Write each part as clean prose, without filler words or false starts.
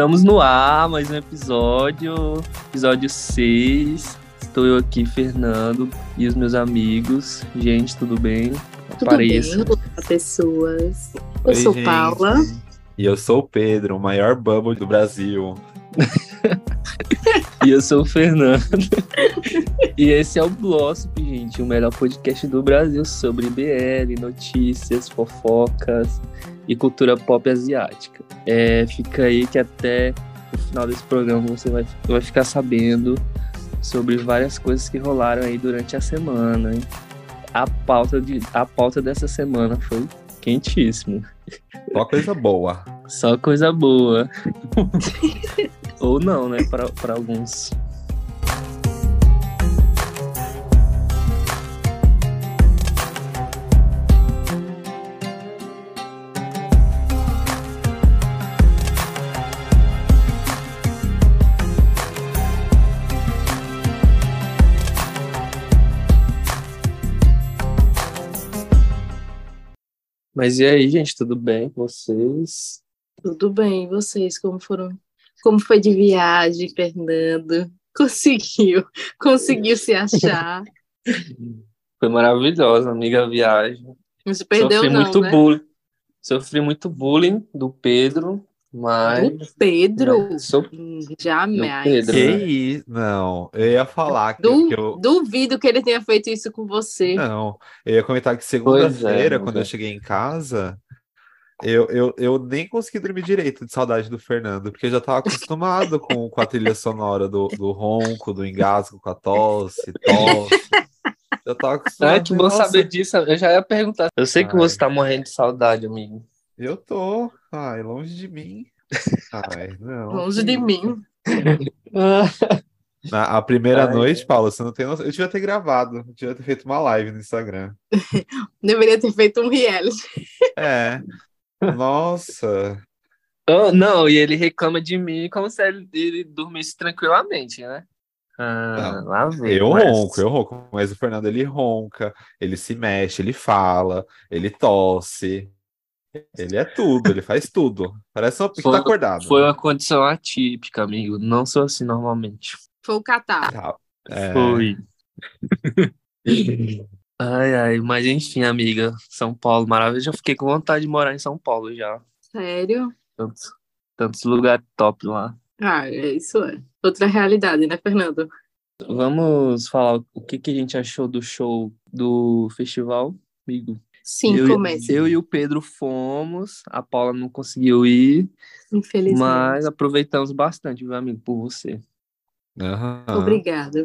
Estamos no ar, mais um episódio 6. Estou eu aqui, Fernando, e os meus amigos. Gente, tudo bem? Apareça. Tudo bem, olá, pessoas. Oi, Eu sou gente. Paula. E eu sou o Pedro, o maior bubble do Brasil. E eu sou o Fernando. E esse é o Glossip, gente, o melhor podcast do Brasil sobre BL, notícias, fofocas e cultura pop asiática. Fica aí que até o final desse programa você vai ficar sabendo sobre várias coisas que rolaram aí durante a semana, hein? A pauta dessa semana foi quentíssima. Só coisa boa. Só coisa boa. Ou não, né? Para alguns. Mas e aí, gente, tudo bem com vocês? Tudo bem, e vocês, como foram? Como foi de viagem, Fernando? Conseguiu se achar? Foi maravilhosa, amiga, a viagem. Não se perdeu Sofri não, muito né? bullying. Sofri muito bullying do Pedro, mas... Do Pedro? Do Jamais. Pedro, Que né? isso? Não, eu ia falar que eu... Duvido que ele tenha feito isso com você. Não, eu ia comentar que segunda-feira, quando eu cheguei em casa, eu nem consegui dormir direito de saudade do Fernando, porque eu já estava acostumado com a trilha sonora do ronco, do engasgo com a tosse. Já tava acostumado. Que bom saber disso. Eu já ia perguntar. Eu sei que Ai. você tá morrendo de saudade, amigo. Eu tô. Ai, longe de mim. Ai, não. Longe de mim. A primeira Ai. noite, Paula, você não tem noção. Eu devia ter gravado, eu devia ter feito uma live no Instagram. Deveria ter feito um reality. É. Nossa. Não, e ele reclama de mim como se ele dormisse tranquilamente, né? Não. Lá vem. Eu ronco, mas o Fernando ele ronca, ele se mexe, ele fala, ele tosse, ele é tudo, ele faz tudo. Parece que tá acordado. Foi uma condição atípica, amigo. Não sou assim normalmente. Foi o catar. Tá. Foi. Ai, mas enfim, amiga, São Paulo, maravilha. Já fiquei com vontade de morar em São Paulo já. Sério? Tantos lugares top lá. Isso é. Outra realidade, né, Fernando? Vamos falar o que a gente achou do show do festival, amigo? Sim, comece. Eu e o Pedro fomos, a Paula não conseguiu ir, Infelizmente. mas aproveitamos bastante, meu amigo, por você. Uhum. Obrigada.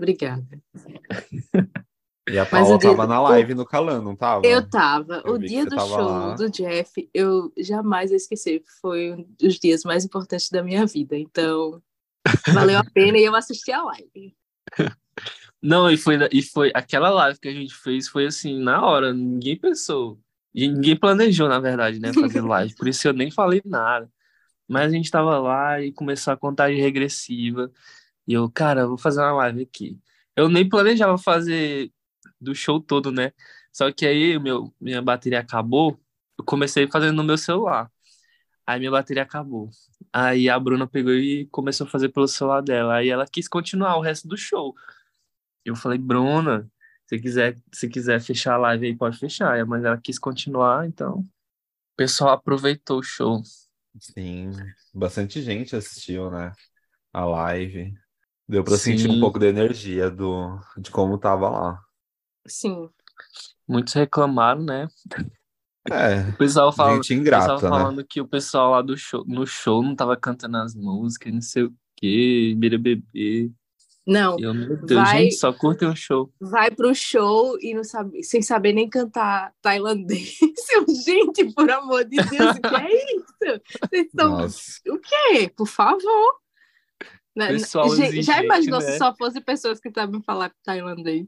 E a Paula tava na live no Calã, não tava? Eu tava. Eu o vi dia que do você tava show lá. do Jeff, eu jamais vou esquecer. Foi um dos dias mais importantes da minha vida. Então, valeu a pena e eu assisti a live. Não, e foi aquela live que a gente fez, foi assim, na hora, ninguém pensou. E ninguém planejou, na verdade, né, fazer live. Por isso eu nem falei nada. Mas a gente tava lá e começou a contagem regressiva. E eu, cara, vou fazer uma live aqui. Eu nem planejava fazer do show todo, né? Só que aí minha bateria acabou. Eu comecei fazendo no meu celular. Aí minha bateria acabou. Aí a Bruna pegou e começou a fazer pelo celular dela. Aí ela quis continuar o resto do show. Eu falei, Bruna, se quiser fechar a live aí, pode fechar. Mas ela quis continuar, então o pessoal aproveitou o show. Sim, bastante gente assistiu, né? A live. Deu pra Sim. sentir um pouco da energia de como tava lá. Sim. Muitos reclamaram, né? É, O pessoal gente ingrata, falando né? que o pessoal lá no show não tava cantando as músicas, não sei o quê, BBB. Não, E eu, meu Deus, gente, só curtem o show. vai pro show e não sabe, sem saber nem cantar tailandês. Gente, por amor de Deus, o que é isso? Vocês estão... Nossa. O quê? Por favor. Pessoal Já exigente, imaginou né? se só fossem pessoas que sabem falar tailandês?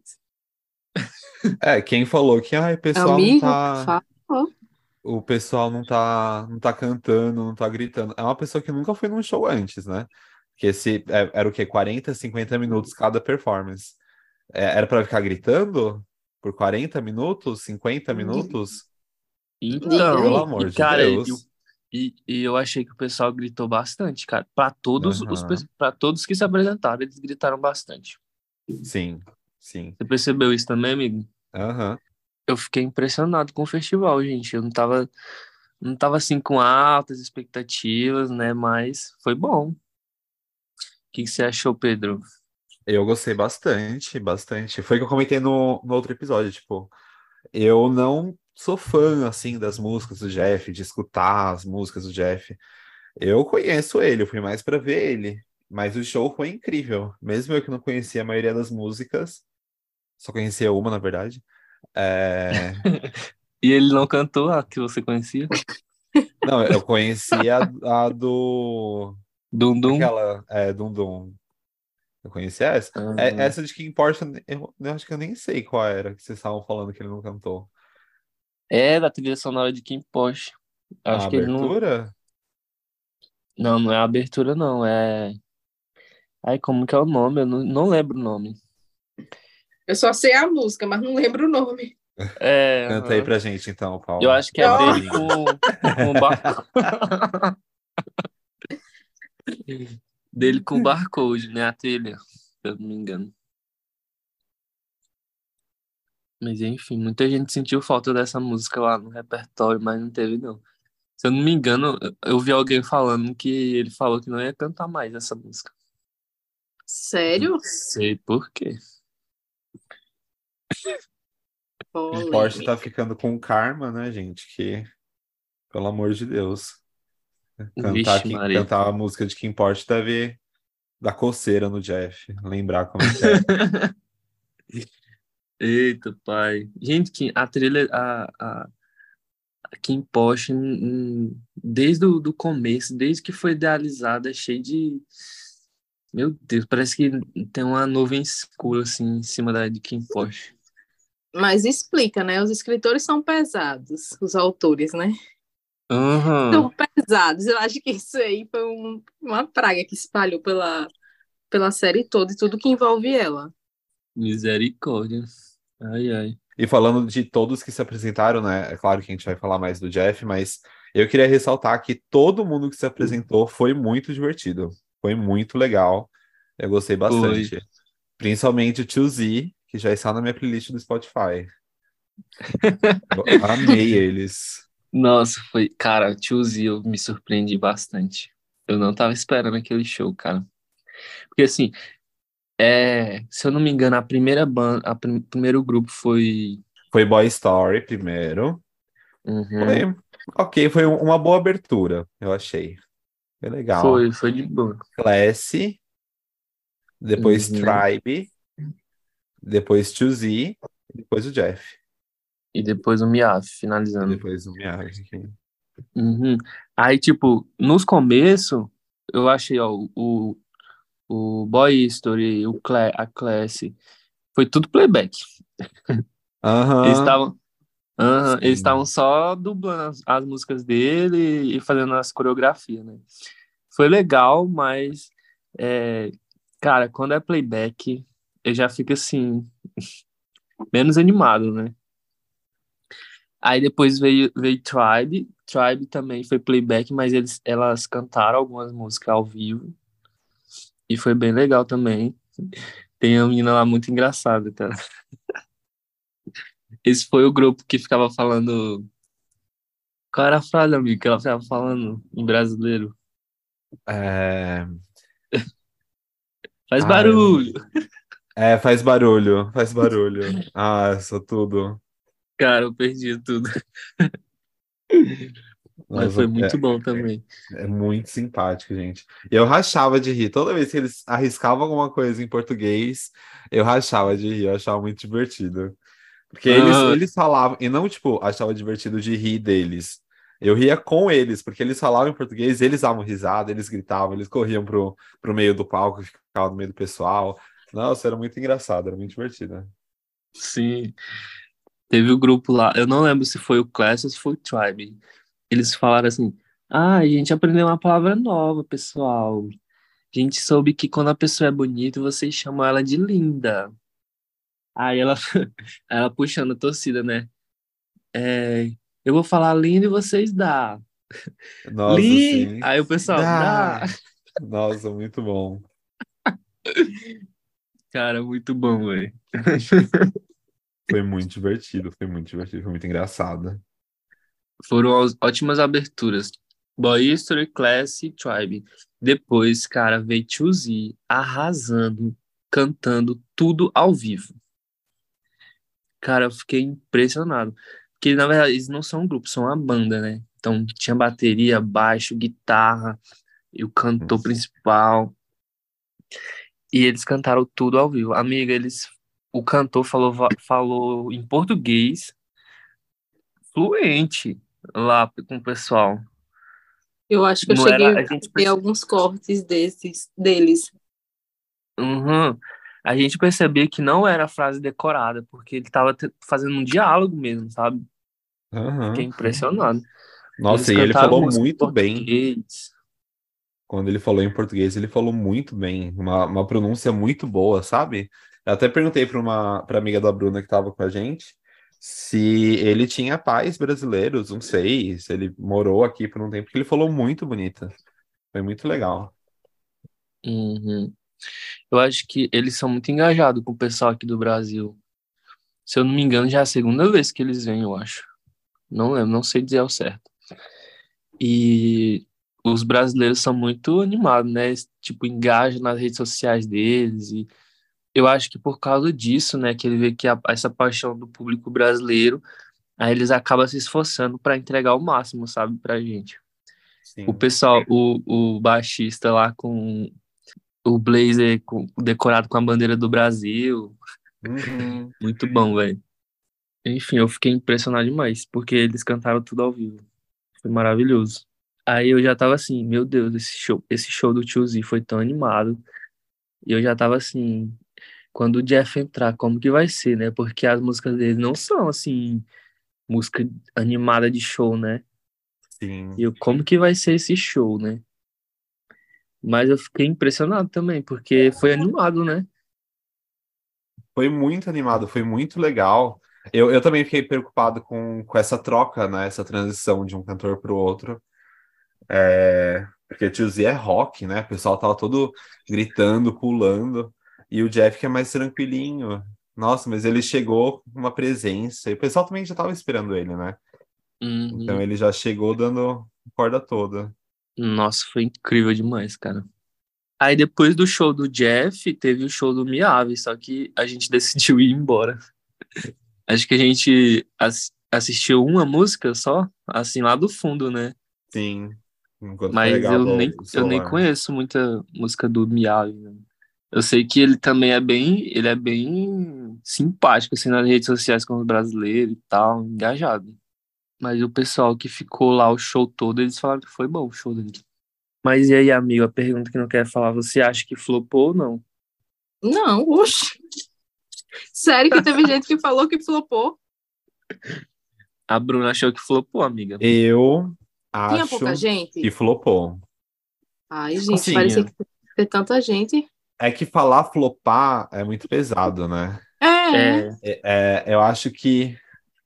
Quem falou que o pessoal Amigo, não por tá. favor. O pessoal não tá cantando, não tá gritando. É uma pessoa que nunca foi num show antes, né? Que era o quê? 40, 50 minutos cada performance. Era pra ficar gritando por 40 minutos, 50 minutos? Então, Diga Pelo aí. amor e de cara, Deus. E eu achei que o pessoal gritou bastante, cara. Para todos que se apresentaram, eles gritaram bastante. Sim, sim. Você percebeu isso também, amigo? Aham. Eu fiquei impressionado com o festival, gente. Eu não tava assim com altas expectativas, né? Mas foi bom. O que que você achou, Pedro? Eu gostei bastante, bastante. Foi o que eu comentei no outro episódio, tipo, eu não sou fã, assim, das músicas do Jeff, de escutar as músicas do Jeff. Eu conheço ele, eu fui mais pra ver ele. Mas o show foi incrível. Mesmo eu que não conhecia a maioria das músicas, só conhecia uma, na verdade. É... E ele não cantou a que você conhecia? Não, eu conhecia a do. Dum Dum? Aquela, Dum Dum. Eu conhecia essa. Ah, Essa de quem importa, eu acho que eu nem sei qual era que vocês estavam falando que ele não cantou. é da trilha sonora de Kim Porsche. A Acho que ele não. abertura? Não, não é a abertura, não. Ai, como que é o nome? Eu não lembro o nome. Eu só sei a música, mas não lembro o nome. Canta aí Aham. pra gente, então, Eu Paula. acho que é Nosso Oh, dele amigo. com o Barcode. Dele com o Barcode, né? A trilha, se eu não me engano. Mas enfim, muita gente sentiu falta dessa música lá no repertório, mas não teve, não. Se eu não me engano, eu vi alguém falando que ele falou que não ia cantar mais essa música. Não sério? sei por quê. Quem Porsche tá Polêmica. ficando com karma, né, gente? Que, pelo amor de Deus. Vixe, Maria. Cantar a música de Kim Porsche deve dar coceira no Jeff. Lembrar como é que é. Eita, pai. Gente, que a trilha, a Kim Porsche, desde o do começo, desde que foi idealizada, é cheio de. Meu Deus, parece que tem uma nuvem escura assim em cima de Kim Porsche. Mas explica, né? Os escritores são pesados, os autores, né? Aham, São pesados. Eu acho que isso aí foi uma praga que espalhou pela série toda e tudo que envolve ela. misericórdia. Ai, ai. E falando de todos que se apresentaram, né? É claro que a gente vai falar mais do Jeff, mas eu queria ressaltar que todo mundo que se apresentou foi muito divertido. Foi muito legal. Eu gostei Foi. bastante. Principalmente o Tio Z, que já está na minha playlist do Spotify. Eu amei eles. Nossa, foi. Cara, Tiozinho, eu me surpreendi bastante. Eu não tava esperando aquele show, cara. Porque assim, se eu não me engano, a primeira banda, primeiro grupo foi. Foi Boy Story primeiro. Uhum, Foi ok, foi uma boa abertura, eu achei. Foi legal. foi de boa. Classy, depois Uhum. Tribe, depois 2Z, e depois o Jeff. E depois o Miaf, E finalizando. depois o Miyagi. Uhum. Aí, tipo, nos começos, eu achei, ó, o Boy Story, a Classy, foi tudo playback. Eles Aham, estavam eles sim. estavam só dublando as músicas dele e fazendo as coreografias, né? Foi legal, mas, é, cara, quando é playback, eu já fico assim, menos animado, né? Aí depois veio Tribe. Tribe também foi playback, mas elas cantaram algumas músicas ao vivo. E foi bem legal também. Tem uma menina lá muito engraçada, cara. Esse foi o grupo que ficava falando. Qual era a frase, amigo, que ela ficava falando em brasileiro? É... Faz Ah, eu... barulho! Faz barulho, faz barulho. Ah, isso tudo. Cara, eu perdi tudo. Mas Nossa, foi muito bom também. é muito simpático, gente. E eu rachava de rir. Toda vez que eles arriscavam alguma coisa em português, eu rachava de rir, eu achava muito divertido. Porque Ah, eles falavam, e não, tipo, achava divertido de rir deles. Eu ria com eles, porque eles falavam em português, eles davam risada, eles gritavam, eles corriam pro meio do palco, ficavam no meio do pessoal. Nossa, era muito engraçado, era muito divertido. sim. Teve o grupo lá. Eu não lembro se foi o Class ou se foi o Tribe. Eles falaram assim: Ah, a gente aprendeu uma palavra nova, pessoal. A gente soube que quando a pessoa é bonita, vocês chamam ela de linda. Aí ela, ela puxando a torcida, né? É, eu vou falar lindo e vocês dá. Nossa, Lee! sim. Aí o pessoal, dá! Dá! Nossa, muito bom. Cara, muito bom, velho. Foi muito divertido, foi muito divertido, foi muito engraçado. Foram ótimas aberturas. Boy History, Class e Tribe. Depois, cara, veio Tio arrasando, cantando tudo ao vivo. Cara, eu fiquei impressionado. Porque, na verdade, eles não são um grupo, são uma banda, né? Então, tinha bateria, baixo, guitarra e o cantor principal. E eles cantaram tudo ao vivo. Amiga, o cantor falou em português fluente lá com o pessoal. Eu acho que eu Não cheguei era, a a gente ver alguns cortes deles. Uhum. A gente percebia que não era frase decorada, porque ele tava fazendo um diálogo mesmo, sabe? Fiquei Aham. impressionado. Eles Nossa, e ele cantaram falou música em muito bem. português. Quando ele falou em português, ele falou muito bem. Uma pronúncia muito boa, sabe? Eu até perguntei pra amiga da Bruna que estava com a gente se ele tinha pais brasileiros, não sei, se ele morou aqui por um tempo, porque ele falou muito bonita. Foi muito legal. Uhum. Eu acho que eles são muito engajados com o pessoal aqui do Brasil. Se eu não me engano, já é a segunda vez que eles vêm, eu acho. Não lembro, não sei dizer ao certo. E os brasileiros são muito animados, né? Tipo, engajam nas redes sociais deles. E eu acho que por causa disso, né, que ele vê que essa paixão do público brasileiro, aí eles acabam se esforçando para entregar o máximo, sabe, pra gente. O Sim. pessoal, o baixista lá com o blazer decorado com a bandeira do Brasil, Uhum. muito bom, velho. Enfim, eu fiquei impressionado demais, porque eles cantaram tudo ao vivo. Foi maravilhoso. Aí eu já tava assim, meu Deus, esse show do Tio Z foi tão animado. E eu já tava assim, quando o Jeff entrar, como que vai ser, né? Porque as músicas dele não são assim, música animada de show, né? E Sim. eu, como que vai ser esse show, né? Mas eu fiquei impressionado também, porque foi animado, né? Foi muito animado, foi muito legal. Eu também fiquei preocupado com essa troca, né? Essa transição de um cantor para o outro. Porque Tio Z é rock, né? O pessoal tava todo gritando, pulando. E o Jeff que é mais tranquilinho. Nossa, mas ele chegou com uma presença. E o pessoal também já tava esperando ele, né? Então Uhum. ele já chegou dando corda toda. Nossa, foi incrível demais, cara. Aí depois do show do Jeff, teve o show do Miave, só que a gente decidiu ir embora. Acho que a gente assistiu uma música só, assim, lá do fundo, né? Sim, enquanto Mas carregava o eu nem celular. conheço muita música do Miave, né? Eu sei que ele é bem simpático, assim, nas redes sociais com os brasileiros e tal, engajado. Mas o pessoal que ficou lá o show todo, eles falaram que foi bom o show dele. Mas e aí, amigo, a pergunta que não quer falar, você acha que flopou ou não? Não, oxe. Sério que teve gente que falou que flopou? A Bruna achou que flopou, amiga. Eu Tinha pouca acho que gente? flopou. Ai, gente, Assim, parecia que ter tanta gente. é que falar flopar é muito pesado, né? É, É, Eu acho que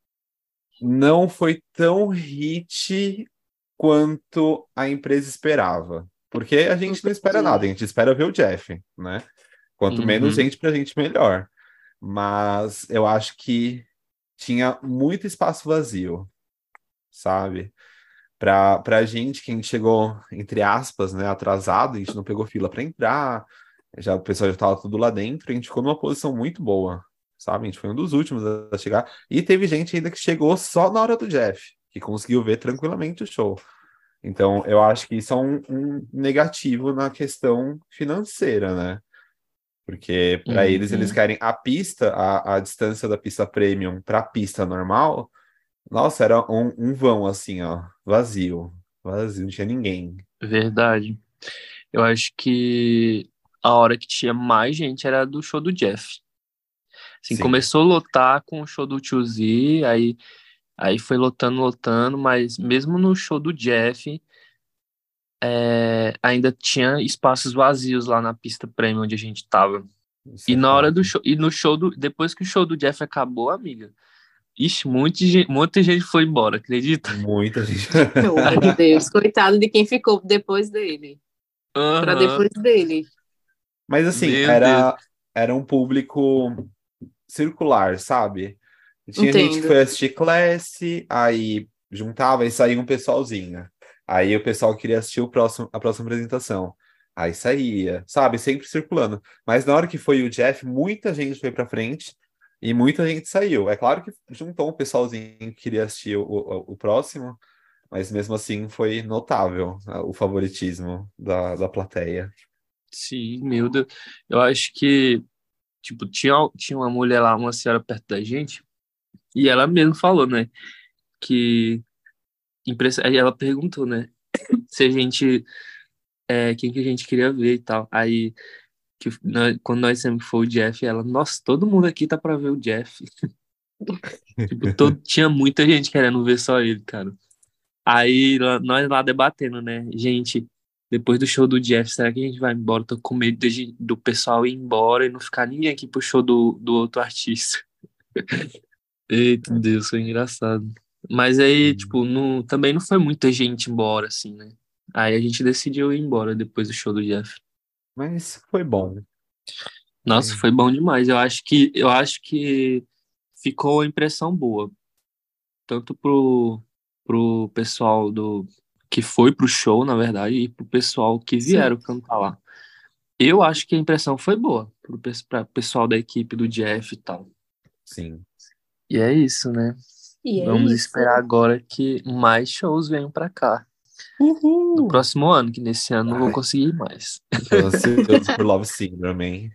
não foi tão hit quanto a empresa esperava. Porque a gente não espera nada, a entendi. gente espera ver o Jeff, né? Quanto menos uhum, gente pra gente, melhor. Mas eu acho que tinha muito espaço vazio, sabe? Pra gente, que a gente chegou, entre aspas, né, atrasado, a gente não pegou fila para entrar, já o pessoal já estava tudo lá dentro, a gente ficou numa posição muito boa, sabe? A gente foi um dos últimos a chegar. E teve gente ainda que chegou só na hora do Jeff, que conseguiu ver tranquilamente o show. Então, eu acho que isso é um negativo na questão financeira, né? Porque para eles uhum. querem a pista, a distância da pista premium para a pista normal. Nossa, era um vão assim, ó, vazio, vazio, não tinha ninguém. Verdade. Eu acho que a hora que tinha mais gente era do show do Jeff. Assim, Sim, começou a lotar com o show do Tio Z, aí foi lotando, lotando, mas mesmo no show do Jeff, ainda tinha espaços vazios lá na pista premium onde a gente tava. isso E é na hora do fato. show, depois que o show do Jeff acabou, amiga, Ixi, muita gente foi embora, acredita? Muita gente. Pelo amor de Deus, coitado de quem ficou depois dele. Para Aham. depois dele. Mas assim, Meu Deus. era um público circular, sabe? Tinha gente que Entendo. foi assistir Classe, aí juntava e saía um pessoalzinho. Aí o pessoal queria assistir a próxima apresentação. Aí saía, sabe? Sempre circulando. Mas na hora que foi o Jeff, muita gente foi pra frente e muita gente saiu. É claro que juntou um pessoalzinho que queria assistir o próximo, mas mesmo assim foi notável o favoritismo da plateia. Sim, meu Deus. Eu acho que, tipo, tinha uma mulher lá, uma senhora perto da gente, e ela mesmo falou, né, que aí ela perguntou, né, se a gente, quem que a gente queria ver e tal. Aí, quando nós sempre foi o Jeff, ela, nossa, todo mundo aqui tá pra ver o Jeff. Tipo, tinha muita gente querendo ver só ele, cara. Aí, nós lá debatendo, né, gente, depois do show do Jeff, será que a gente vai embora? Tô com medo do pessoal ir embora e não ficar ninguém aqui pro show do outro artista. Eita, Deus, foi engraçado. Mas aí, tipo, também não foi muita gente embora, assim, né? Aí a gente decidiu ir embora depois do show do Jeff. Mas foi bom. Nossa, foi bom demais. Eu acho que ficou a impressão boa, tanto pro pessoal que foi pro show, na verdade, e pro pessoal que Sim. vieram cantar lá. Eu acho que a impressão foi boa pra pessoal da equipe do Jeff e tal. Sim. E é isso, né? E é Vamos isso. esperar agora que mais shows venham pra cá. No Uhul! próximo ano, que nesse ano não vou Ai, conseguir ir mais. tô ansioso por Love Syndrome, hein?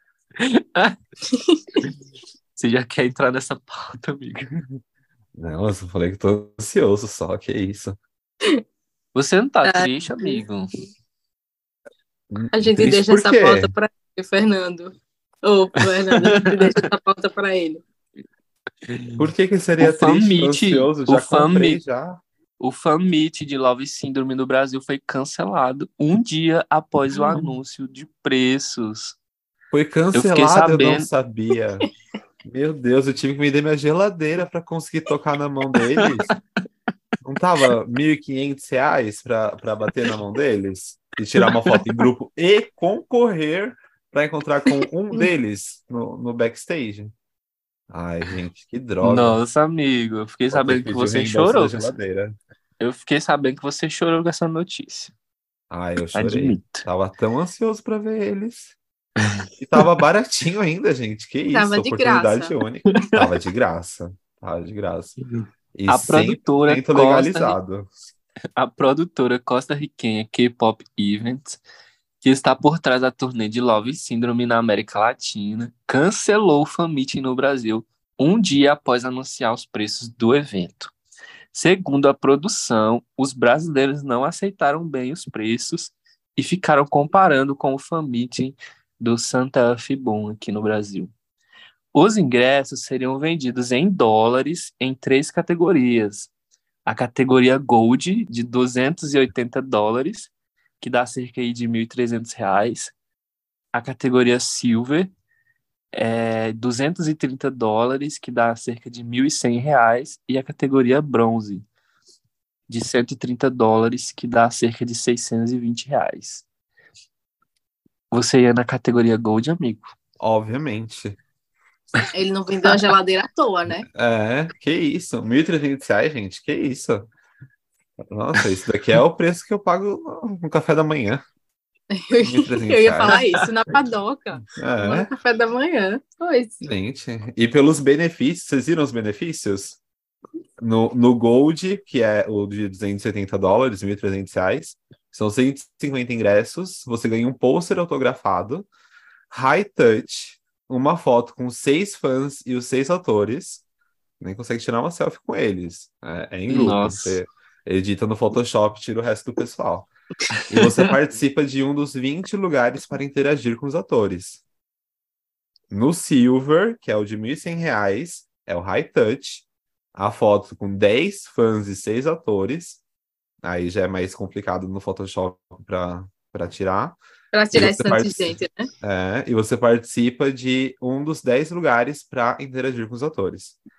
Você já quer entrar nessa pauta, amigo? Não, eu só falei que tô ansioso só, que isso. Você não tá Ah, triste, amigo? a gente Triste deixa por essa quê? pauta para ele, Fernando. Ô, Fernando, a gente deixa essa pauta para ele. Por que O seria fan triste? Tô meet, ansioso, o já fan comprei meet, já. o fan meet de Love Syndrome no Brasil foi cancelado um dia após o anúncio de preços. Foi Eu fiquei cancelado, eu não sabendo. sabia. Meu Deus, eu tive que vender minha geladeira para conseguir tocar na mão deles. Não tava R$ 1.500 para bater na mão deles e tirar uma foto em grupo e concorrer para encontrar com um deles no backstage. Ai, gente, que droga. Nossa, amigo, eu fiquei Vou ter sabendo que que pedir o você reembolso da chorou. geladeira. Eu fiquei sabendo que você chorou com essa notícia. Ai, eu chorei. Admito. Tava tão ansioso para ver eles. E tava baratinho ainda, gente. Que Tava isso, de graça. oportunidade única. Tava de graça. Tava de graça. E A produtora 100% legalizado. a produtora costarriquenha K-Pop Events, que está por trás da turnê de Love Syndrome na América Latina, cancelou o fan meeting no Brasil um dia após anunciar os preços do evento. Segundo a produção, os brasileiros não aceitaram bem os preços e ficaram comparando com o fan meeting do Santa Fe Boom aqui no Brasil. Os ingressos seriam vendidos em dólares em 3 categorias. A categoria Gold, de $280, que dá cerca de R$ 1.300. A categoria Silver, $230, que dá cerca de R$ 1.100. E a categoria Bronze, de $130, que dá cerca de R$ 620. Você ia na categoria Gold, amigo? Obviamente. Ele não vendeu a geladeira à toa, né? Que isso. R$ 1.300, gente. Que isso. Nossa, isso daqui é o preço que eu pago no café da manhã. Eu ia falar R$ 1.300. isso na padoca. No café da manhã. Pois. Gente. E pelos benefícios, vocês viram os benefícios? No Gold, que é o de $270, R$ 1.300, são 150 ingressos, você ganha um pôster autografado, high touch, uma foto com 6 fãs e os 6 atores, nem consegue tirar uma selfie com eles, é em grupo, Nossa. você edita no Photoshop, tira o resto do pessoal. E você participa de um dos 20 lugares para interagir com os atores. No Silver, que é o de R$ 1.100, é o high touch, a foto com 10 fãs e 6 atores. Aí já é mais complicado no Photoshop para tirar. Para tirar esse tanto de gente, né? E você participa de um dos 10 lugares para interagir com os atores.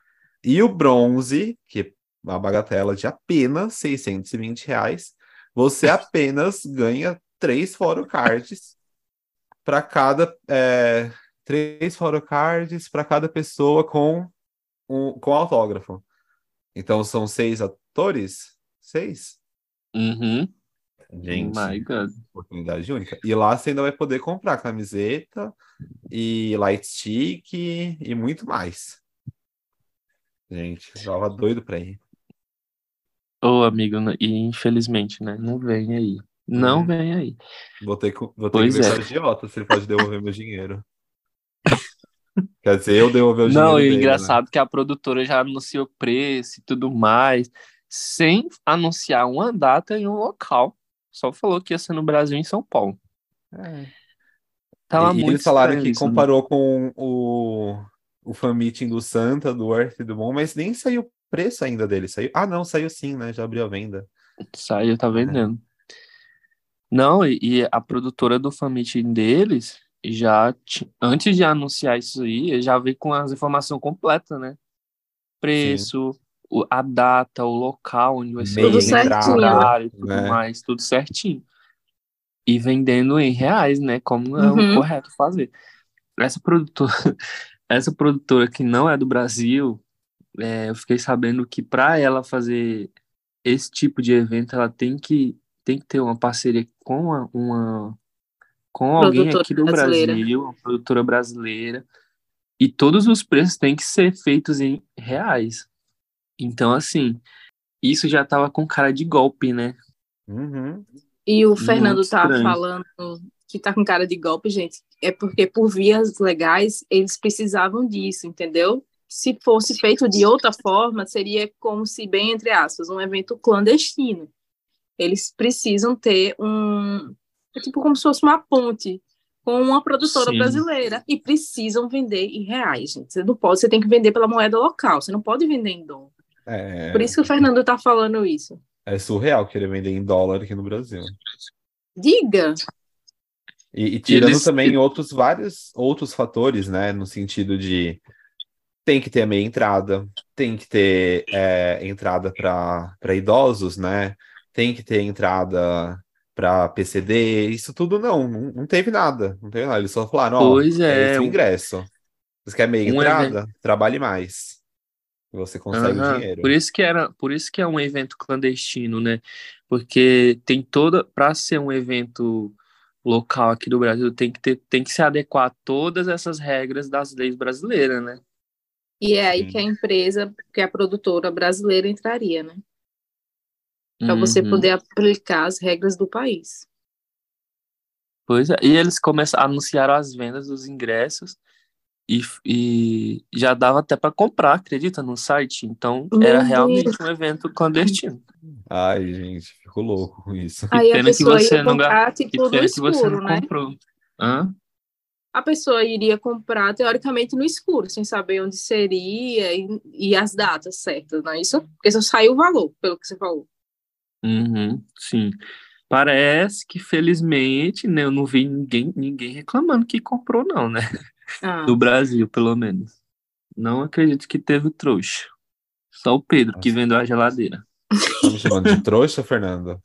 E o bronze, que é uma bagatela de apenas R$ 620, você apenas ganha 3 photocards para cada 3 photocards para cada pessoa com autógrafo. Então são 6 atores? 6? Uhum. Gente, My God. oportunidade única. E lá você ainda vai poder comprar camiseta e light stick e muito mais. Gente, eu tava doido pra ir. Ô, amigo, e infelizmente, né? Não vem aí. Não vem aí. Vou ter que Pois ver com é. o agiota se ele pode devolver meu dinheiro. Quer dizer, eu devolver o Não, dinheiro e o dele, né? engraçado é que a produtora já anunciou preço e tudo mais, sem anunciar uma data e um local. Só falou que ia ser no Brasil, em São Paulo. É. Tava E muito eles falaram estranho que isso, né? comparou com o fan meeting do Santa, do Earth e do Moon, mas nem saiu o preço ainda dele. Saiu... Ah, não, saiu sim, né? Já abriu a venda. Saiu, tá É. vendendo. Não, e a produtora do fan meeting deles, antes de anunciar isso aí, já veio com as informações completas, né? Sim. Preço, a data, o local onde vai ser o Tudo Meia evento, o certinho. entrada, horário, tudo né? mais, tudo certinho. E vendendo em reais, né? Como é o Uhum. correto fazer. Essa produtora, essa produtora que não é do Brasil, eu fiquei sabendo que para ela fazer esse tipo de evento, ela tem que ter uma parceria com alguém Produtora aqui do brasileira. Brasil, uma produtora brasileira, e todos os preços têm que ser feitos em reais. Então, assim, isso já tava com cara de golpe, né? Uhum. E o Muito Fernando tá estranho. falando que tá com cara de golpe, gente. É porque por vias legais eles precisavam disso, entendeu? Se fosse feito de outra forma, seria como se, bem entre aspas, um evento clandestino. Eles precisam ter é tipo como se fosse uma ponte com uma produtora Sim. brasileira e precisam vender em reais, gente. Você não pode, você tem que vender pela moeda local, você não pode vender em dólar. Por É, isso que o Fernando tá falando isso. é surreal querer vender em dólar aqui no Brasil. Diga. E E tirando eles. também vários outros fatores, né? No sentido de tem que ter a meia entrada, tem que ter entrada para idosos, né? Tem que ter entrada para PCD, isso tudo não teve nada, não teve nada. Eles só falaram, ó, Pois é é, esse o ingresso. Você quer meia um evento. entrada? Trabalhe mais. E você consegue o Aham. dinheiro. Por isso que é um evento clandestino, né? Porque tem toda. Para ser um evento local aqui do Brasil, tem que se adequar a todas essas regras das leis brasileiras, né? E é aí que a Sim. empresa, que a produtora brasileira entraria, né? Para você Uhum. poder aplicar as regras do país. Pois é. E eles anunciaram as vendas dos ingressos e já dava até para comprar, acredita, no site. Então era Meu Deus. realmente um evento clandestino. Ai, gente, fico louco com isso. Que Aí a pena que pessoa ia você não, comprar, que tipo, no pena que você não escuro, né? comprou. Hã? A pessoa iria comprar, teoricamente, no escuro, sem saber onde seria e as datas certas, não é isso? Porque só saiu o valor, pelo que você falou. Uhum, sim. Parece que, felizmente, né, eu não vi ninguém reclamando que comprou, não, né? Ah, No Brasil, pelo menos. Não acredito que teve trouxa. Só o Pedro que Nossa, vendeu a geladeira. tá me chamando de trouxa, Fernando?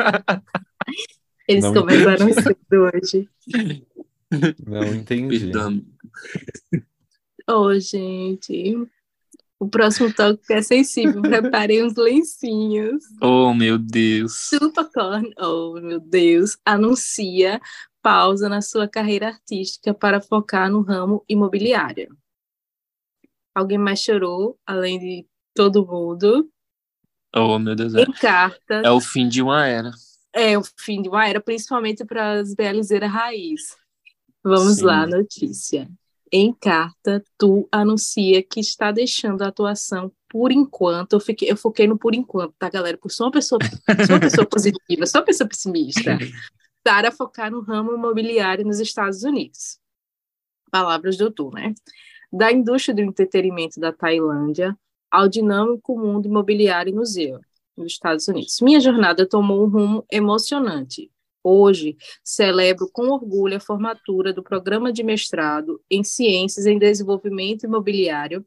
eles Não começaram entendi. cedo hoje. Não entendi. Perdão. Oh, gente. O próximo tópico é sensível. Preparei uns lencinhos. Oh, meu Deus. Supercorn, oh meu Deus, anuncia pausa na sua carreira artística para focar no ramo imobiliário. Alguém mais chorou, além de todo mundo? Oh, meu Deus. Em carta, É o fim de uma era. é o fim de uma era, principalmente para as BLzeiras raiz. Vamos lá, Sim. notícia. Em carta, tu anuncia que está deixando a atuação por enquanto. Eu foquei no por enquanto, tá, galera? Porque sou uma pessoa positiva, sou uma pessoa pessimista. Para focar no ramo imobiliário nos Estados Unidos. Palavras do Tu, né? Da indústria do entretenimento da Tailândia ao dinâmico mundo imobiliário nos Estados Unidos. Minha jornada tomou um rumo emocionante. Hoje, celebro com orgulho a formatura do programa de mestrado em Ciências em Desenvolvimento Imobiliário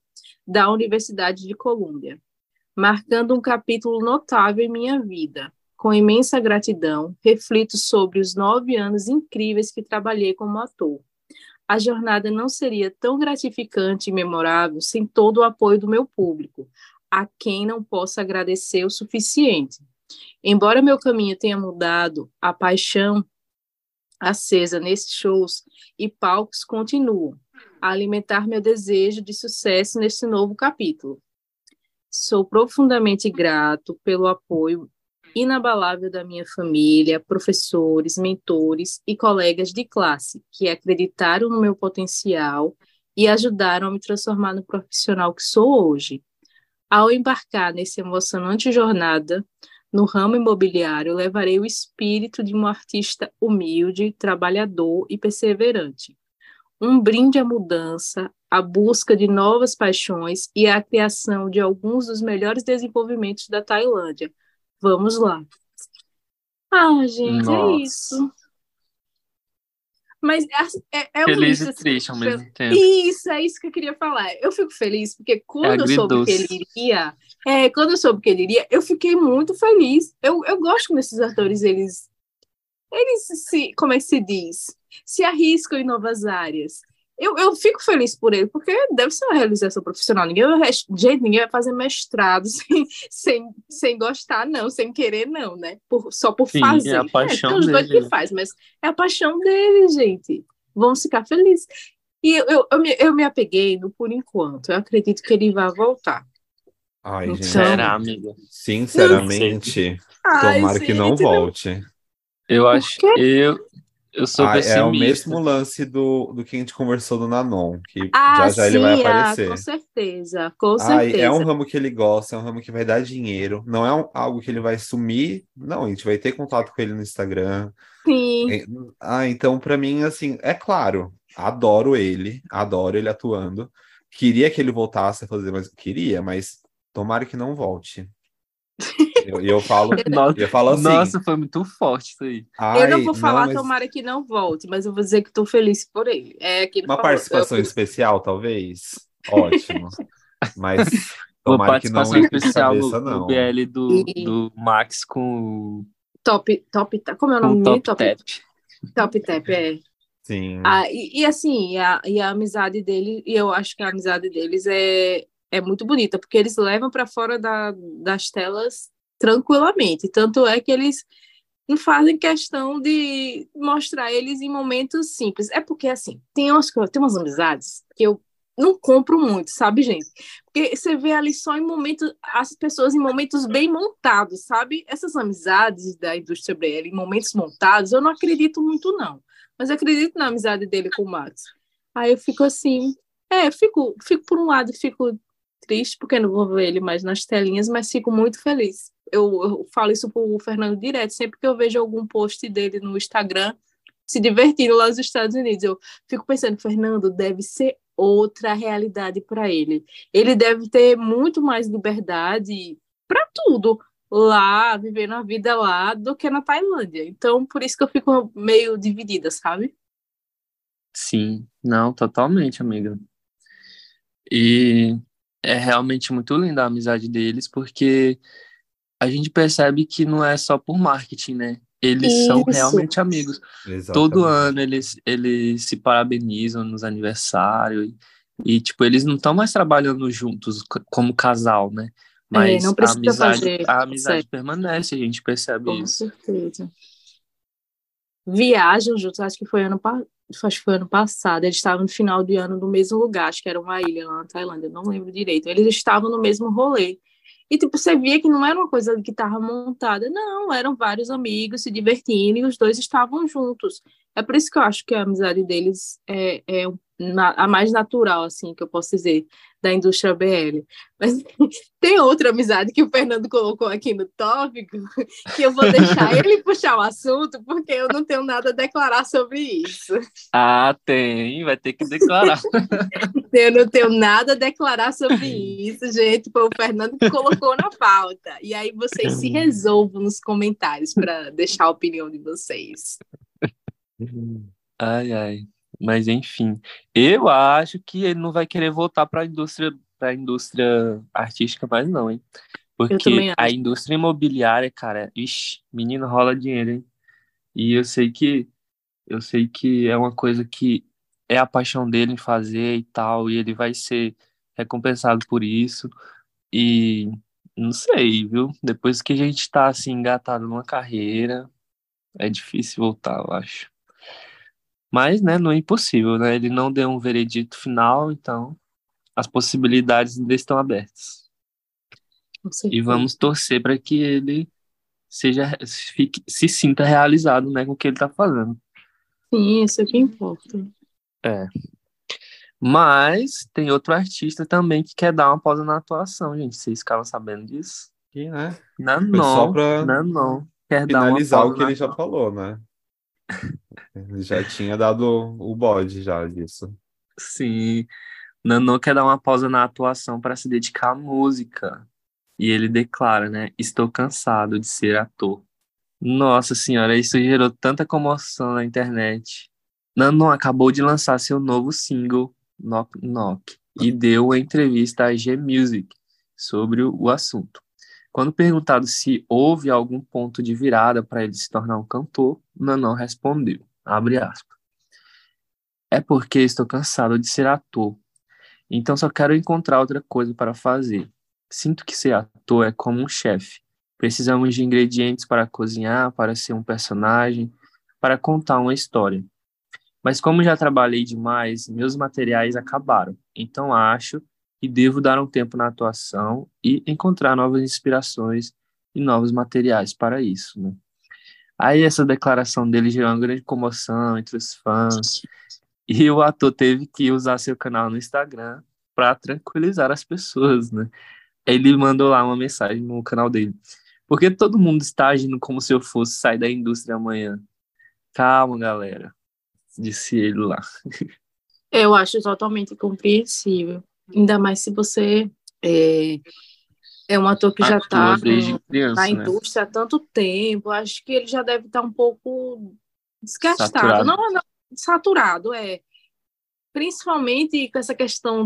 da Universidade de Colômbia, marcando um capítulo notável em minha vida. Com imensa gratidão, reflito sobre os 9 anos incríveis que trabalhei como ator. A jornada não seria tão gratificante e memorável sem todo o apoio do meu público, a quem não posso agradecer o suficiente. Embora meu caminho tenha mudado, a paixão acesa nesses shows e palcos continuam a alimentar meu desejo de sucesso nesse novo capítulo. Sou profundamente grato pelo apoio inabalável da minha família, professores, mentores e colegas de classe que acreditaram no meu potencial e ajudaram a me transformar no profissional que sou hoje. Ao embarcar nessa emocionante jornada no ramo imobiliário, levarei o espírito de um artista humilde, trabalhador e perseverante. Um brinde à mudança, à busca de novas paixões e à criação de alguns dos melhores desenvolvimentos da Tailândia. Vamos lá. Ah, gente, é isso. Nossa. Mas é um Feliz misto, e assim, triste ao mesmo tempo. Isso, é isso que eu queria falar. Eu fico feliz, porque quando eu soube que ele iria, eu fiquei muito feliz. Eu gosto quando esses atores, eles como é que se diz? Se arriscam em novas áreas. Eu fico feliz por ele, porque deve ser uma realização profissional. Ninguém vai fazer mestrado sem gostar, não, sem querer, não, né? Só por Sim, fazer. é a paixão tem uns dois dele. que faz, mas é a paixão dele, gente. Vamos ficar felizes. E eu me apeguei no por enquanto. Eu acredito que ele vai voltar. Ai, então, gente. Será, amiga? Sinceramente, tomara que não volte. Eu acho. Eu sou pessimista. É o mesmo lance do que a gente conversou do Nanon, que já ele sim, vai aparecer. Com certeza, com certeza. É um ramo que ele gosta, é um ramo que vai dar dinheiro, não é algo que ele vai sumir, não, a gente vai ter contato com ele no Instagram. Sim. Então, pra mim, assim, é claro, adoro ele atuando. Queria que ele voltasse a fazer, mas tomara que não volte. E eu falo assim. Nossa, foi muito forte isso aí. Eu não vou falar tomara que não volte, mas eu vou dizer que estou feliz por ele. Uma participação especial, talvez? Ótimo. Mas tomara que não entre de cabeça, não. No BL do Max com Top, como é o nome dele? Top Tap. Top Tap, é. Sim. Assim, a amizade dele, e eu acho que a amizade deles é muito bonita, porque eles levam para fora das telas tranquilamente. Tanto é que eles não fazem questão de mostrar eles em momentos simples. É porque, assim, tem umas amizades que eu não compro muito, sabe, gente? Porque você vê ali só em momentos, as pessoas em momentos bem montados, sabe? Essas amizades da indústria BL em momentos montados, eu não acredito muito, não. Mas eu acredito na amizade dele com o Max. Aí eu fico assim, fico por um lado, fico triste porque não vou ver ele mais nas telinhas, mas fico muito feliz. Eu falo isso pro Fernando direto, sempre que eu vejo algum post dele no Instagram se divertindo lá nos Estados Unidos, eu fico pensando, Fernando, deve ser outra realidade para ele. Ele deve ter muito mais liberdade para tudo lá, vivendo a vida lá, do que na Tailândia. Então, por isso que eu fico meio dividida, sabe? Sim, não, totalmente, amiga. E é realmente muito linda a amizade deles, porque a gente percebe que não é só por marketing, né? Eles são realmente amigos. Exatamente. Todo ano eles se parabenizam nos aniversários e tipo, eles não estão mais trabalhando juntos como casal, né? Mas não precisa a amizade permanece, a gente percebe isso. Com certeza. Viajam juntos, acho que foi ano passado, eles estavam no final de ano no mesmo lugar, acho que era uma ilha lá na Tailândia, não lembro direito. Eles estavam no mesmo rolê. E, tipo, você via que não era uma coisa que estava montada, não, eram vários amigos se divertindo e os dois estavam juntos. É por isso que eu acho que a amizade deles é a mais natural, assim, que eu posso dizer, da indústria BL. Mas tem outra amizade que o Fernando colocou aqui no tópico, que eu vou deixar ele puxar o assunto, porque eu não tenho nada a declarar sobre isso. Ah, tem, vai ter que declarar. Eu não tenho nada a declarar sobre isso, gente. Foi o Fernando que colocou na pauta. E aí vocês se resolvam nos comentários para deixar a opinião de vocês. Ai, ai. Mas enfim, eu acho que ele não vai querer voltar para a indústria pra indústria artística mais não, hein? Eu também Porque a acho. indústria imobiliária, cara, ixi, menino, rola dinheiro, hein? E eu sei que é uma coisa que é a paixão dele em fazer e tal, e ele vai ser recompensado por isso. E não sei, viu? Depois que a gente tá assim engatado numa carreira, é difícil voltar, eu acho. Mas, né, não é impossível, né? Ele não deu um veredito final, então as possibilidades ainda estão abertas. Com E certeza. vamos torcer para que ele se sinta realizado, né, com o que ele tá fazendo. Sim, isso é o que importa. É. Mas tem outro artista também que quer dar uma pausa na atuação, gente. Vocês ficaram sabendo disso? E, né? Foi só Nanon, pra Nanon quer dar uma finalizar o pausa que na ele já atuação. falou, né? Ele já tinha dado o bode já disso. Sim, Nanon quer dar uma pausa na atuação para se dedicar à música. E ele declara, né? Estou cansado de ser ator. Nossa senhora, isso gerou tanta comoção na internet. Nanon acabou de lançar seu novo single, Knock Knock, e deu uma entrevista à G Music sobre o assunto. Quando perguntado se houve algum ponto de virada para ele se tornar um cantor, Nanon respondeu, abre aspas, é porque estou cansado de ser ator, então só quero encontrar outra coisa para fazer. Sinto que ser ator é como um chefe. Precisamos de ingredientes para cozinhar, para ser um personagem, para contar uma história. Mas como já trabalhei demais, meus materiais acabaram. Então acho que devo dar um tempo na atuação e encontrar novas inspirações e novos materiais para isso, né? Aí essa declaração dele gerou uma grande comoção entre os fãs e o ator teve que usar seu canal no Instagram para tranquilizar as pessoas, né? Ele mandou lá uma mensagem no canal dele. Porque todo mundo está agindo como se eu fosse sair da indústria amanhã. Calma, galera, disse ele lá. Eu acho totalmente compreensível. Ainda mais se você é, é um ator que já Atua está desde na criança, né? indústria há tanto tempo. Acho que ele já deve estar um pouco desgastado. Saturado. Não, não, saturado, é. Principalmente com essa questão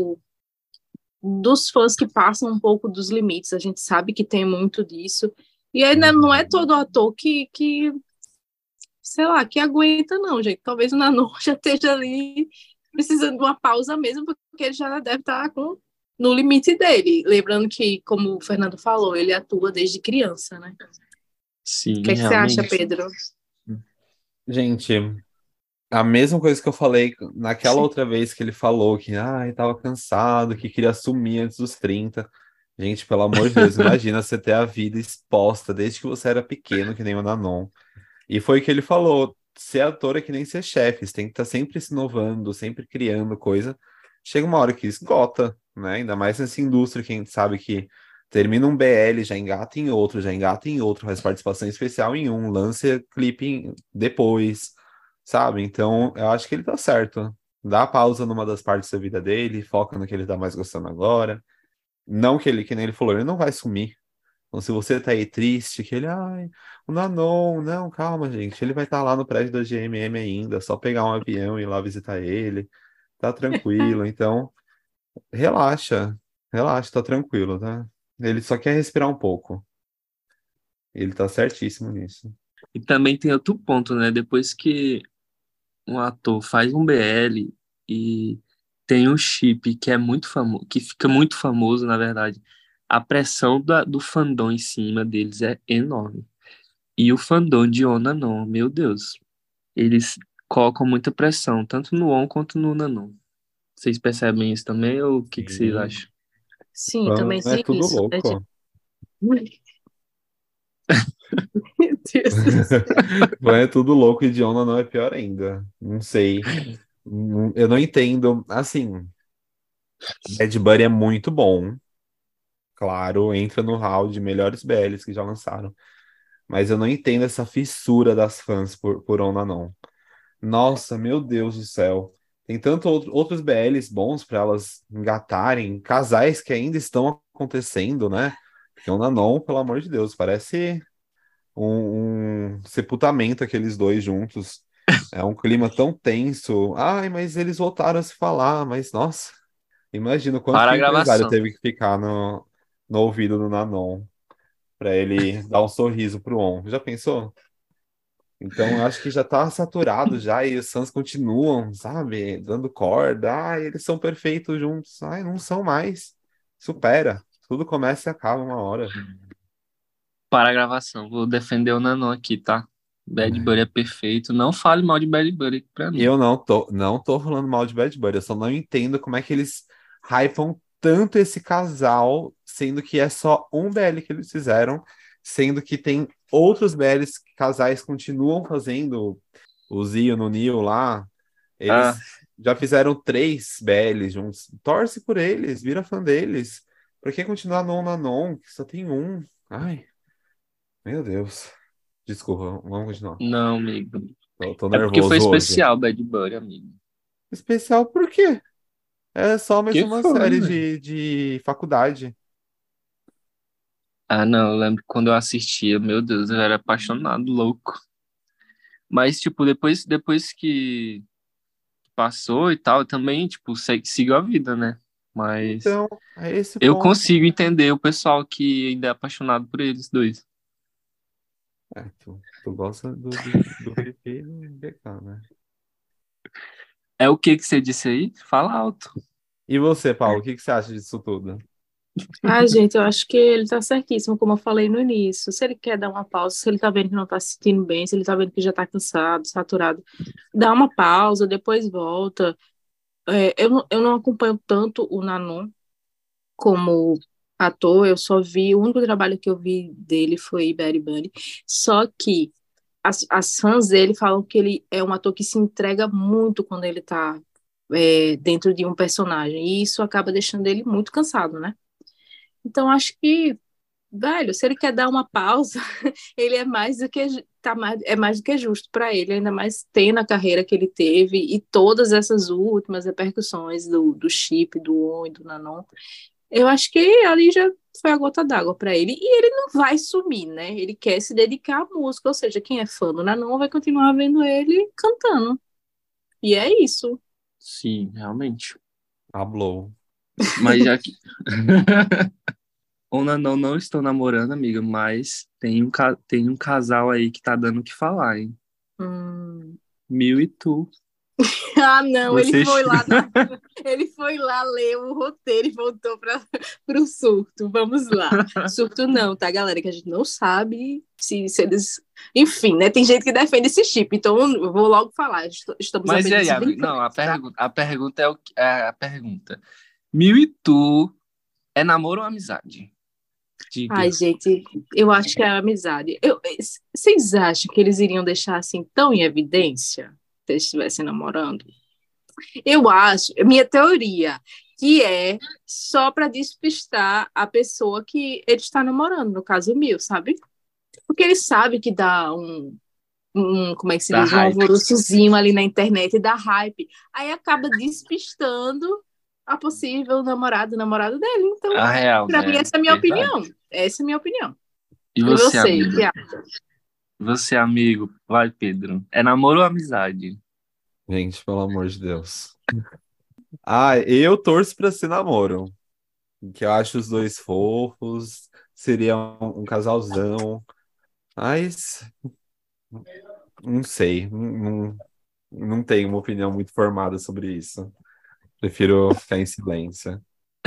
dos fãs que passam um pouco dos limites. A gente sabe que tem muito disso. E ainda não é Uhum. todo ator que sei lá, que aguenta, não, gente. Talvez o Nanon já esteja ali precisando de uma pausa mesmo, porque ele já deve estar no limite dele. Lembrando que, como o Fernando falou, ele atua desde criança, né? O Sim, que é que você acha, realmente. Pedro? Gente, a mesma coisa que eu falei naquela outra vez que ele falou que tava cansado, que queria assumir antes dos 30. Gente, pelo amor de Deus, imagina você ter a vida exposta desde que você era pequeno, que nem o Nanon. E foi o que ele falou: ser ator é que nem ser chefe, você tem que estar sempre se inovando, sempre criando coisa. Chega uma hora que esgota, né? Ainda mais nessa indústria que a gente sabe que termina um BL, já engata em outro, faz participação especial em um, lança clipe depois, sabe? Então, eu acho que ele tá certo. Dá pausa numa das partes da vida dele, foca no que ele tá mais gostando agora. Não que ele, que nem ele falou, ele não vai sumir. Então, se você tá aí triste, que ele, o Nanon, não, calma, gente, ele vai estar lá no prédio da GMM ainda, só pegar um avião e ir lá visitar ele, tá tranquilo, então, relaxa, relaxa, tá tranquilo, tá? Ele só quer respirar um pouco, ele tá certíssimo nisso. E também tem outro ponto, né? Depois que um ator faz um BL e tem um chip que é muito famoso, que fica muito famoso, na verdade, a pressão do fandom em cima deles é enorme. E o fandom de Ona não, meu Deus. Eles colocam muita pressão, tanto no On quanto no Nanon. Vocês percebem isso também ou o que vocês Sim, acham? Sim, fã também é tem tudo isso, né, gente? louco. Meu Deus do céu. Fã é tudo louco e Diona não é pior ainda. Não sei. Eu não entendo. Assim, Bad Bunny é muito bom. Claro, entra no hall de melhores BLs que já lançaram. Mas eu não entendo essa fissura das fãs por Ona não. Nossa, meu Deus do céu. Tem tanto outros BLs bons para elas engatarem, casais que ainda estão acontecendo, né? Porque Ona não, pelo amor de Deus, parece um sepultamento aqueles dois juntos. É um clima tão tenso. Ai, mas eles voltaram a se falar, mas nossa. Imagina o quanto Para que a o empresário gravação. teve que ficar no ouvido do Nanon para ele dar um sorriso pro On. Já pensou? Então, eu acho que já tá saturado já e os Suns continuam, sabe, dando corda. Ai, eles são perfeitos juntos. Ai, não são mais. Supera. Tudo começa e acaba uma hora. Para a gravação. Vou defender o Nanon aqui, tá? Bad Bunny é perfeito. Não fale mal de Bad Bunny aqui pra mim. Eu não tô falando mal de Bad Bunny, eu só não entendo como é que eles hypam tanto esse casal, sendo que é só um BL que eles fizeram, sendo que tem outros BLs que casais continuam fazendo, o Zion no Neo lá, Ah, eles já fizeram 3 BLs juntos. Torce por eles, vira fã deles. Por que continuar non na non, que só tem um? Ai, meu Deus. Desculpa, vamos continuar. não, amigo. Tô É porque foi nervoso hoje. especial Bad Bunny, amigo. Especial por quê? É só mais Que uma foi, série velho? de faculdade. Ah, não. Eu lembro quando eu assistia. Meu Deus, eu era apaixonado, louco. Mas, tipo, depois que passou e tal, eu também, tipo, sigo a vida, né? Mas Então, é esse o eu ponto. consigo entender o pessoal que ainda é apaixonado por eles dois. É, tu gosta do PP e do BK, né? É o que você disse aí? Fala alto. E você, Paulo, o que que você acha disso tudo? Ah, gente, eu acho que ele tá certíssimo, como eu falei no início. Se ele quer dar uma pausa, se ele tá vendo que não tá se sentindo bem, se ele tá vendo que já tá cansado, saturado, dá uma pausa, depois volta. Eu não acompanho tanto o Nanon como ator, eu só vi, o único trabalho que eu vi dele foi Bad Bunny. Só que as fãs dele falam que ele é um ator que se entrega muito quando ele tá dentro de um personagem, e isso acaba deixando ele muito cansado, né? Então, acho que, velho, se ele quer dar uma pausa, ele é mais do que é mais do que justo para ele, ainda mais tendo a carreira que ele teve e todas essas últimas repercussões do Chip, do On e do Nanon. Eu acho que ali já foi a gota d'água para ele. E ele não vai sumir, né? Ele quer se dedicar à música, ou seja, quem é fã do Nanon vai continuar vendo ele cantando. E é isso. Sim, realmente. Hablou. Mas já que. Ou não estou namorando, amiga, mas tem um casal aí que tá dando o que falar, hein? Hum. Mil e tu. Ah, não, Você. ele foi lá ler o roteiro e voltou para o surto. Vamos lá. Surto não, tá, galera? Que a gente não sabe se eles. Enfim, né? Tem gente que defende esse chip, então eu vou logo falar. Estamos Mas e apenas aí, amigo? brincando, Não, tá? a pergunta é a pergunta. Mil e tu é namoro ou amizade? Ai, Diga. gente, eu acho que é a amizade. Vocês acham que eles iriam deixar assim tão em evidência se eles estivessem namorando? Eu acho, minha teoria, que é só para despistar a pessoa que ele está namorando, no caso o Mil, sabe? Porque ele sabe que dá como é que se Da diz, um hype. alvoroçozinho ali na internet e dá hype. Aí acaba despistando a possível namorado dele. Então, A real, para mim, né? essa é a minha Verdade. opinião. Essa é a minha opinião. E E você, você, amigo? que Você, amigo? Vai, Pedro. É namoro ou amizade? Gente, pelo amor de Deus. Ah, eu torço pra ser namoro. Que eu acho os dois fofos. Seria um casalzão. Mas não sei. Não tenho uma opinião muito formada sobre isso. Prefiro ficar em silêncio.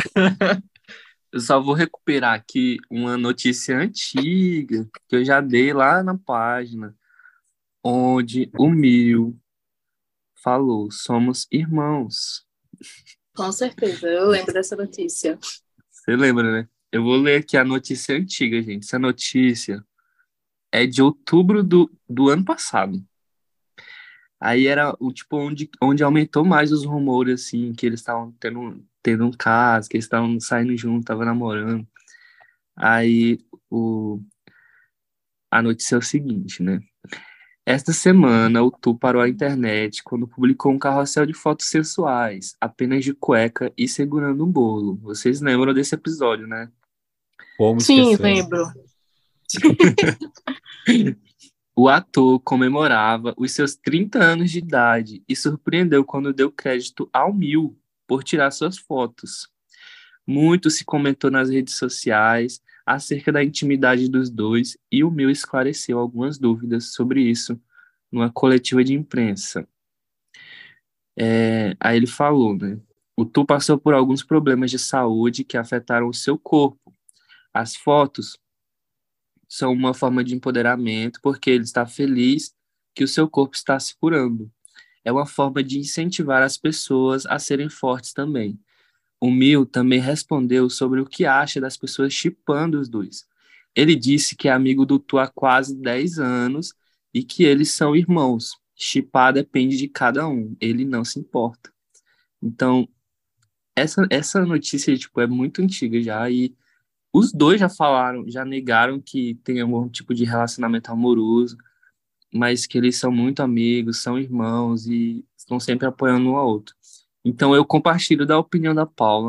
Eu só vou recuperar aqui uma notícia antiga que eu já dei lá na página, onde o Mil falou: somos irmãos. com certeza, eu lembro dessa notícia. Você lembra, né? Eu vou ler aqui a notícia antiga, gente. Essa notícia é de outubro do ano passado. Aí era o tipo onde aumentou mais os rumores, assim, que eles estavam tendo um caso, que eles estavam saindo juntos, estavam namorando. Aí a notícia é o seguinte, né? Esta semana, o Tu parou a internet quando publicou um carrossel de fotos sensuais, apenas de cueca e segurando um bolo. Vocês lembram desse episódio, né? Como Sim, esquecer? lembro. O ator comemorava os seus 30 anos de idade e surpreendeu quando deu crédito ao Mil. por tirar suas fotos. Muito se comentou nas redes sociais acerca da intimidade dos dois e o Mill esclareceu algumas dúvidas sobre isso numa coletiva de imprensa. Aí ele falou, né? O Tu passou por alguns problemas de saúde que afetaram o seu corpo. As fotos são uma forma de empoderamento porque ele está feliz que o seu corpo está se curando. É uma forma de incentivar as pessoas a serem fortes também. O Mill também respondeu sobre o que acha das pessoas shippando os dois. Ele disse que é amigo do Tu há quase 10 anos e que eles são irmãos. Shippar depende de cada um, ele não se importa. Então, essa notícia tipo, é muito antiga já e os dois já falaram, já negaram que tem algum tipo de relacionamento amoroso, mas que eles são muito amigos, são irmãos e estão sempre apoiando um ao outro. Então eu compartilho da opinião da Paula.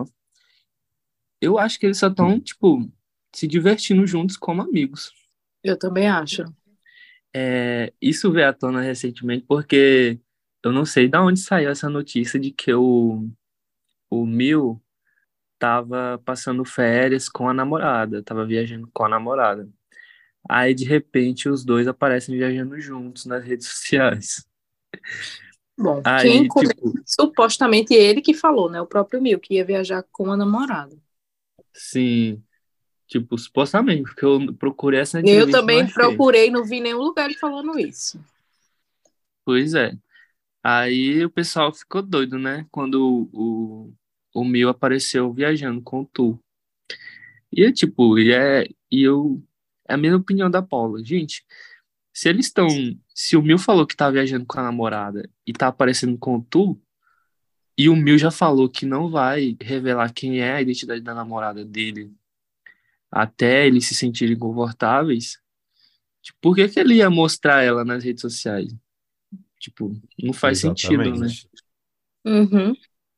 Eu acho que eles só estão, tipo, se divertindo juntos como amigos. Eu também acho. Isso veio à tona recentemente porque eu não sei de onde saiu essa notícia de que o Mill tava passando férias com a namorada, tava viajando com a namorada. Aí, de repente, os dois aparecem viajando juntos nas redes sociais. Bom, Aí, supostamente ele que falou, né? O próprio Mill, que ia viajar com a namorada. Sim, tipo, supostamente, porque eu procurei essa Eu entrevista e não também achei. procurei, não vi nenhum lugar ele falando isso. Pois é. Aí o pessoal ficou doido, né? Quando o Mill apareceu viajando com o Tu. Tipo, é a mesma opinião da Paula. Gente, se o Mill falou que tá viajando com a namorada e tá aparecendo com o Tu, e o Mill já falou que não vai revelar quem é a identidade da namorada dele até eles se sentirem confortáveis, tipo, por que que ele ia mostrar ela nas redes sociais? Tipo, não faz sentido, né? Exatamente. Uhum.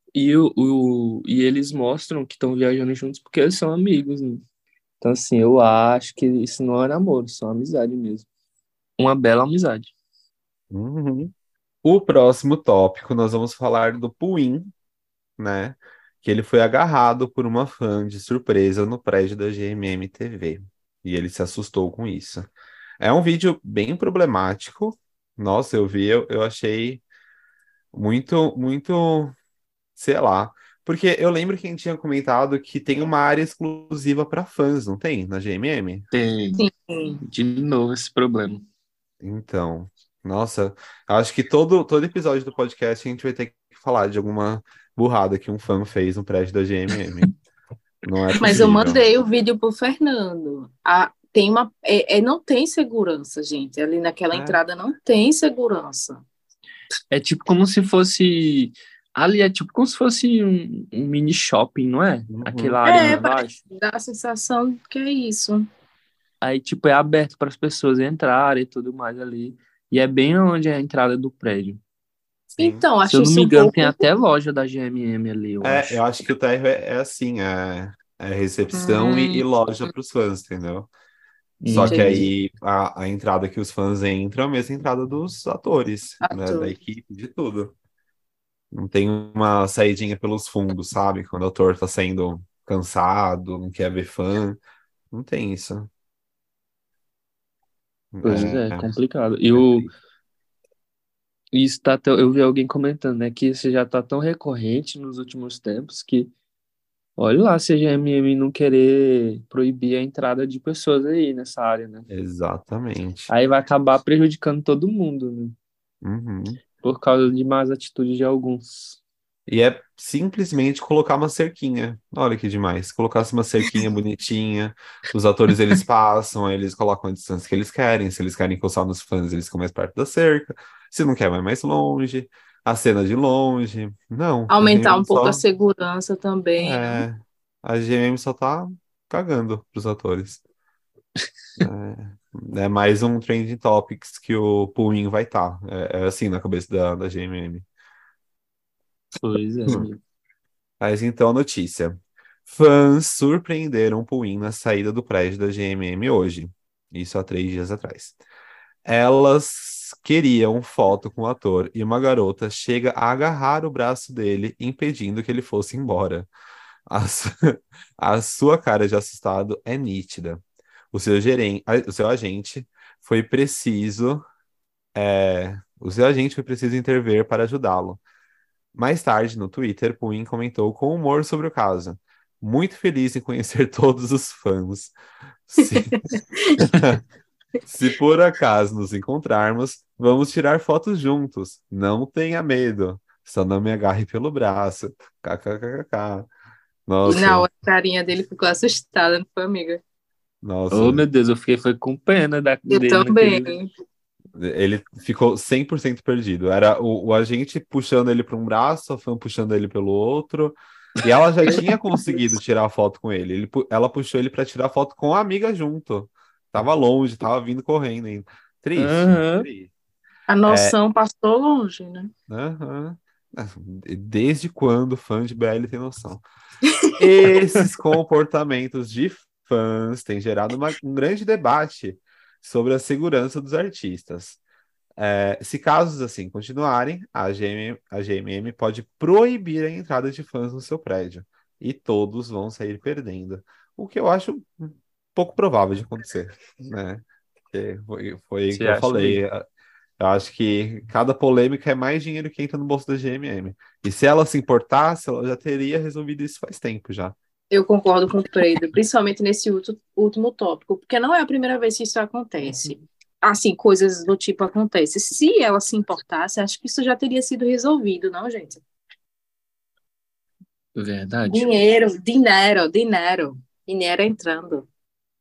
E eles mostram que estão viajando juntos porque eles são amigos, né? Então, assim, eu acho que isso não é namoro, só amizade mesmo. Uma bela amizade. Uhum. O próximo tópico, nós vamos falar do Puin, né? Que ele foi agarrado por uma fã de surpresa no prédio da GMM TV. E ele se assustou com isso. É um vídeo bem problemático. Nossa, eu achei muito, muito, sei lá. Porque eu lembro que a gente tinha comentado que tem uma área exclusiva para fãs, não tem? Na GMM? Tem, Sim. de novo, esse problema. Então, nossa, acho que todo episódio do podcast a gente vai ter que falar de alguma burrada que um fã fez no prédio da GMM. Não é Mas eu possível. mandei o vídeo pro Fernando. Não tem segurança, gente. Ali naquela É. entrada não tem segurança. É tipo como se fosse. Ali é tipo como se fosse um mini shopping, não é? Aquela Uhum. área ali Parece embaixo. dá a sensação que é isso. Aí, tipo, é aberto para as pessoas entrarem e tudo mais ali. E é bem onde é a entrada do prédio. Sim. Então, Se eu acho não isso me um engano, pouco. tem até loja da GMM ali, eu Eu acho. acho que o térreo é assim, é recepção e Hum, loja para os fãs, entendeu? Só que Uhum. entendi. aí a entrada que os fãs entram é a mesma entrada dos atores, né? Da Ator. equipe, de tudo. Não tem uma saidinha pelos fundos, sabe? Quando o ator tá saindo cansado, não quer ver fã. Não tem isso. Pois é, É, complicado. é triste. Isso eu vi alguém comentando, né, que isso já tá tão recorrente nos últimos tempos que, olha lá, se a GMM não querer proibir a entrada de pessoas aí nessa área, né? Exatamente. Aí vai acabar prejudicando todo mundo, né? Uhum. Por causa de más atitudes de alguns. E é simplesmente colocar uma cerquinha. Olha que demais. Colocasse uma cerquinha bonitinha, os atores eles passam, aí eles colocam a distância que eles querem. Se eles querem encostar nos fãs, eles ficam mais perto da cerca. Se não quer, vai mais longe. A cena de longe. Não, a Aumentar GMM um pouco a só. segurança também, né? É, a GMM só tá cagando pros atores. É mais um trending topics que o Puin vai estar. É assim na cabeça da GMM. Pois é, amigo. Mas então, notícia. Fãs surpreenderam Puin na saída do prédio da GMM hoje. Isso há 3 dias atrás. Elas queriam foto com o ator e uma garota chega a agarrar o braço dele, impedindo que ele fosse embora. A, su- a sua cara de assustado é nítida. O seu agente foi preciso, o seu agente foi preciso intervir para ajudá-lo. Mais tarde, no Twitter, Puin comentou com humor sobre o caso. Muito feliz em conhecer todos os fãs. Se, se por acaso nos encontrarmos, vamos tirar fotos juntos. Não tenha medo. Só não me agarre pelo braço. KKKK. E na Nossa, hora a carinha dele ficou assustada, não foi, amiga? Oh, nossa. meu Deus, eu fiquei foi com pena Eu dele naquele. também. Ele ficou 100% perdido. Era o agente puxando ele para um braço, a fã puxando ele pelo outro. E ela já tinha conseguido tirar a foto com ele. Ela puxou ele para tirar foto com a amiga junto. Tava longe, tava vindo correndo ainda. Triste, Aham. triste. A É, noção passou longe, né? aham. Desde quando fã de BL tem noção? Esses comportamentos de fãs têm gerado um grande debate sobre a segurança dos artistas. Se casos assim continuarem, a GMM pode proibir a entrada de fãs no seu prédio e todos vão sair perdendo. O que eu acho pouco provável de acontecer, né? Porque foi o que Você eu acha falei. mesmo? Eu acho que cada polêmica é mais dinheiro que entra no bolso da GMM. E se ela se importasse, ela já teria resolvido isso faz tempo já. Eu concordo com o Pedro, principalmente nesse último tópico, porque não é a primeira vez que isso acontece. Assim, coisas do tipo acontecem. Se ela se importasse, acho que isso já teria sido resolvido, não, gente? Verdade. Dinheiro entrando.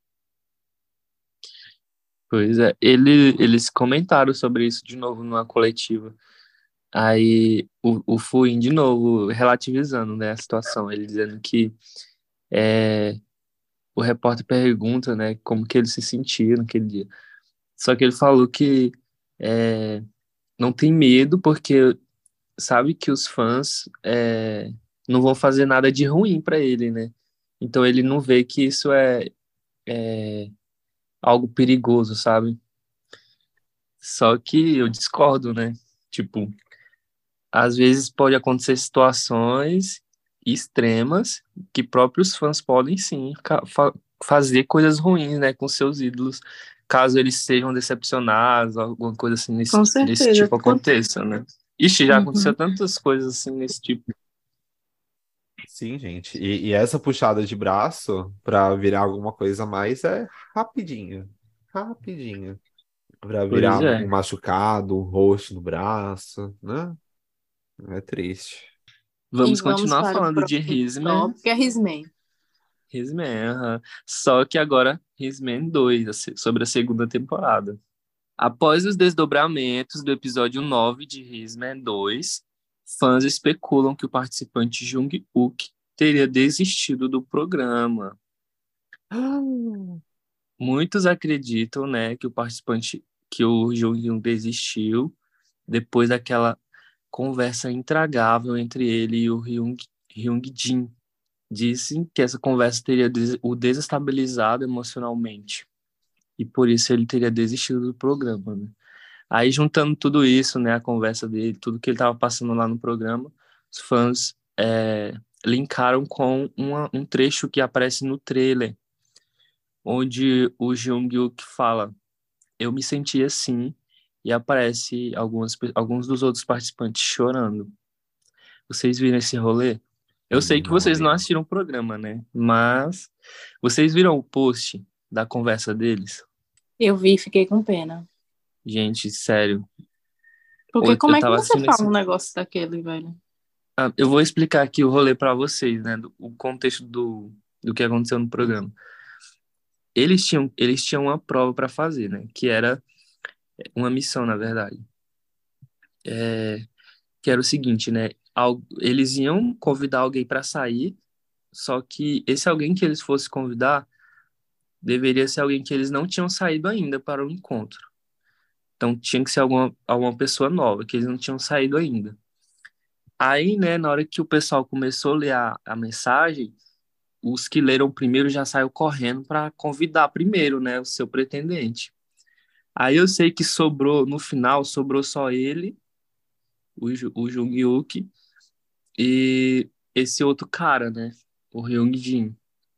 Pois é, eles comentaram sobre isso de novo numa coletiva. Aí o Fuin, de novo, relativizando, né, a situação, ele dizendo que é, o repórter pergunta, né, como que ele se sentia naquele dia. Só que ele falou que é, não tem medo porque sabe que os fãs não vão fazer nada de ruim para ele, né? Então ele não vê que isso é algo perigoso, sabe? Só que eu discordo, né? Tipo, às vezes pode acontecer situações extremas que próprios fãs podem sim fazer coisas ruins, né, com seus ídolos, caso eles sejam decepcionados, alguma coisa assim Com desse certeza. tipo aconteça, né? Ixi, já aconteceu Uhum. tantas coisas assim nesse tipo. Sim, gente. E essa puxada de braço para virar alguma coisa a mais é rapidinho. Rapidinho. Para Pois virar um é. machucado, um roxo no braço, né? É triste. E Vamos vamos continuar para o falando de próximo Hitman. tópico, que é Risman. Hitman, aham. Só que agora Hitman 2, sobre a segunda temporada. Após os desdobramentos do episódio 9 de Hitman 2, fãs especulam que o participante Jung-Uk teria desistido do programa. Muitos acreditam, né, que o Jung desistiu depois daquela conversa intragável entre ele e o Hyung-jin. Dizem que essa conversa teria o desestabilizado emocionalmente e por isso ele teria desistido do programa, né? Aí, juntando tudo isso, né, a conversa dele, tudo que ele estava passando lá no programa, os fãs linkaram com um trecho que aparece no trailer, onde o Jung-Uk fala: eu me senti assim, e aparece alguns dos outros participantes chorando. Vocês viram esse rolê? Eu sei que Não vocês não vi. assistiram o programa, né? Mas vocês viram o post da conversa deles? Eu vi e fiquei com pena. Gente, sério. Porque Eu como é que tava você assistindo fala esse. um negócio daquele, velho? Eu vou explicar aqui o rolê para vocês, né? O contexto do que aconteceu no programa. Eles tinham uma prova para fazer, né? Que era uma missão, na verdade. Que era o seguinte, né? Eles iam convidar alguém para sair, só que esse alguém que eles fossem convidar deveria ser alguém que eles não tinham saído ainda para o encontro. Então tinha que ser alguma pessoa nova, que eles não tinham saído ainda. Aí, né, na hora que o pessoal começou a ler a mensagem, os que leram primeiro já saiu correndo para convidar primeiro, né, o seu pretendente. Aí eu sei que sobrou, no final, sobrou só ele, o Jung-Hyuk, e esse outro cara, né? O Hyung-Jin.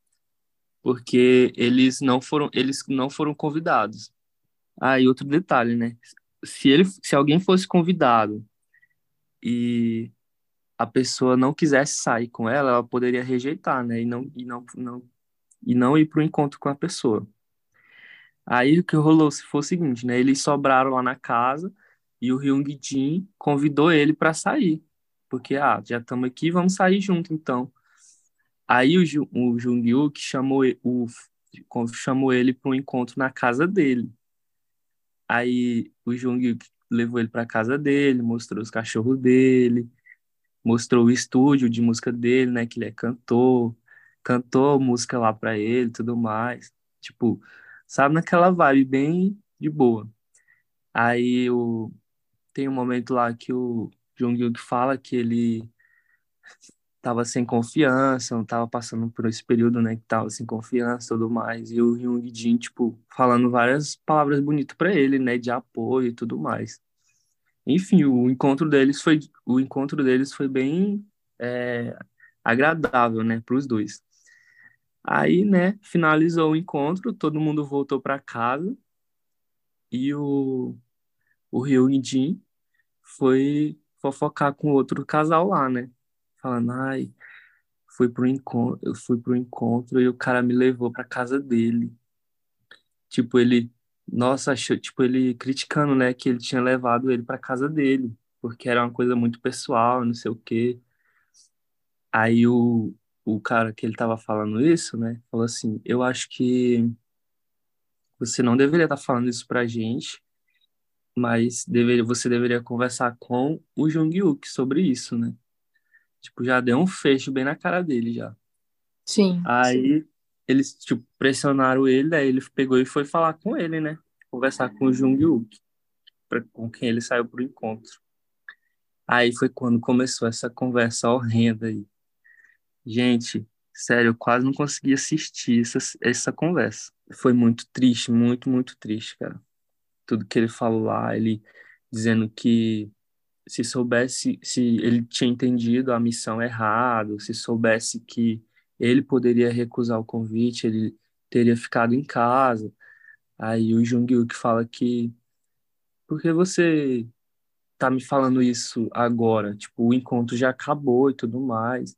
Porque eles não foram convidados. Ah, e outro detalhe, né? Se alguém fosse convidado e a pessoa não quisesse sair com ela, ela poderia rejeitar, né? E não ir para o encontro com a pessoa. Aí o que rolou se foi o seguinte, né? Eles sobraram lá na casa e o Hyung Jin convidou ele para sair. Porque, já estamos aqui, vamos sair junto, então. Aí o Jung-Hyuk chamou ele para um encontro na casa dele. Aí o Jung levou ele para casa dele, mostrou os cachorros dele, mostrou o estúdio de música dele, né? Que ele é cantor, cantou música lá pra ele, tudo mais. Tipo, sabe, naquela vibe bem de boa. Aí tem um momento lá que o Jungkook fala que ele tava sem confiança, não tava passando por esse período, né, que tava sem confiança e tudo mais. E o Hyung Jin, tipo, falando várias palavras bonitas pra ele, né, de apoio e tudo mais. Enfim, o encontro deles foi bem é, agradável, né, para os dois. Aí, né, finalizou o encontro, todo mundo voltou para casa e o Hyun-jin foi fofocar com outro casal lá, né? Falando, ai, eu fui pro encontro e o cara me levou para casa dele. Tipo, nossa, achou, tipo, ele criticando, né, que ele tinha levado ele para casa dele, porque era uma coisa muito pessoal, não sei o quê. Aí o cara que ele tava falando isso, né, falou assim: Eu acho que você não deveria estar falando isso pra gente, mas você deveria conversar com o Jung-Hyuk sobre isso, né? Tipo, já deu um fecho bem na cara dele já. Sim. Aí eles, tipo, pressionaram ele, aí ele pegou e foi falar com ele, né? Conversar com o Jung-Hyuk, com quem ele saiu pro encontro. Aí foi quando começou essa conversa horrenda aí. Gente, sério, eu quase não consegui assistir essa conversa. Foi muito triste, muito, muito triste, cara. Tudo que ele falou lá, ele dizendo que se ele tinha entendido a missão errado, se soubesse que ele poderia recusar o convite, ele teria ficado em casa. Aí o Jung-Hyuk fala que, por que você tá me falando isso agora? Tipo, o encontro já acabou e tudo mais.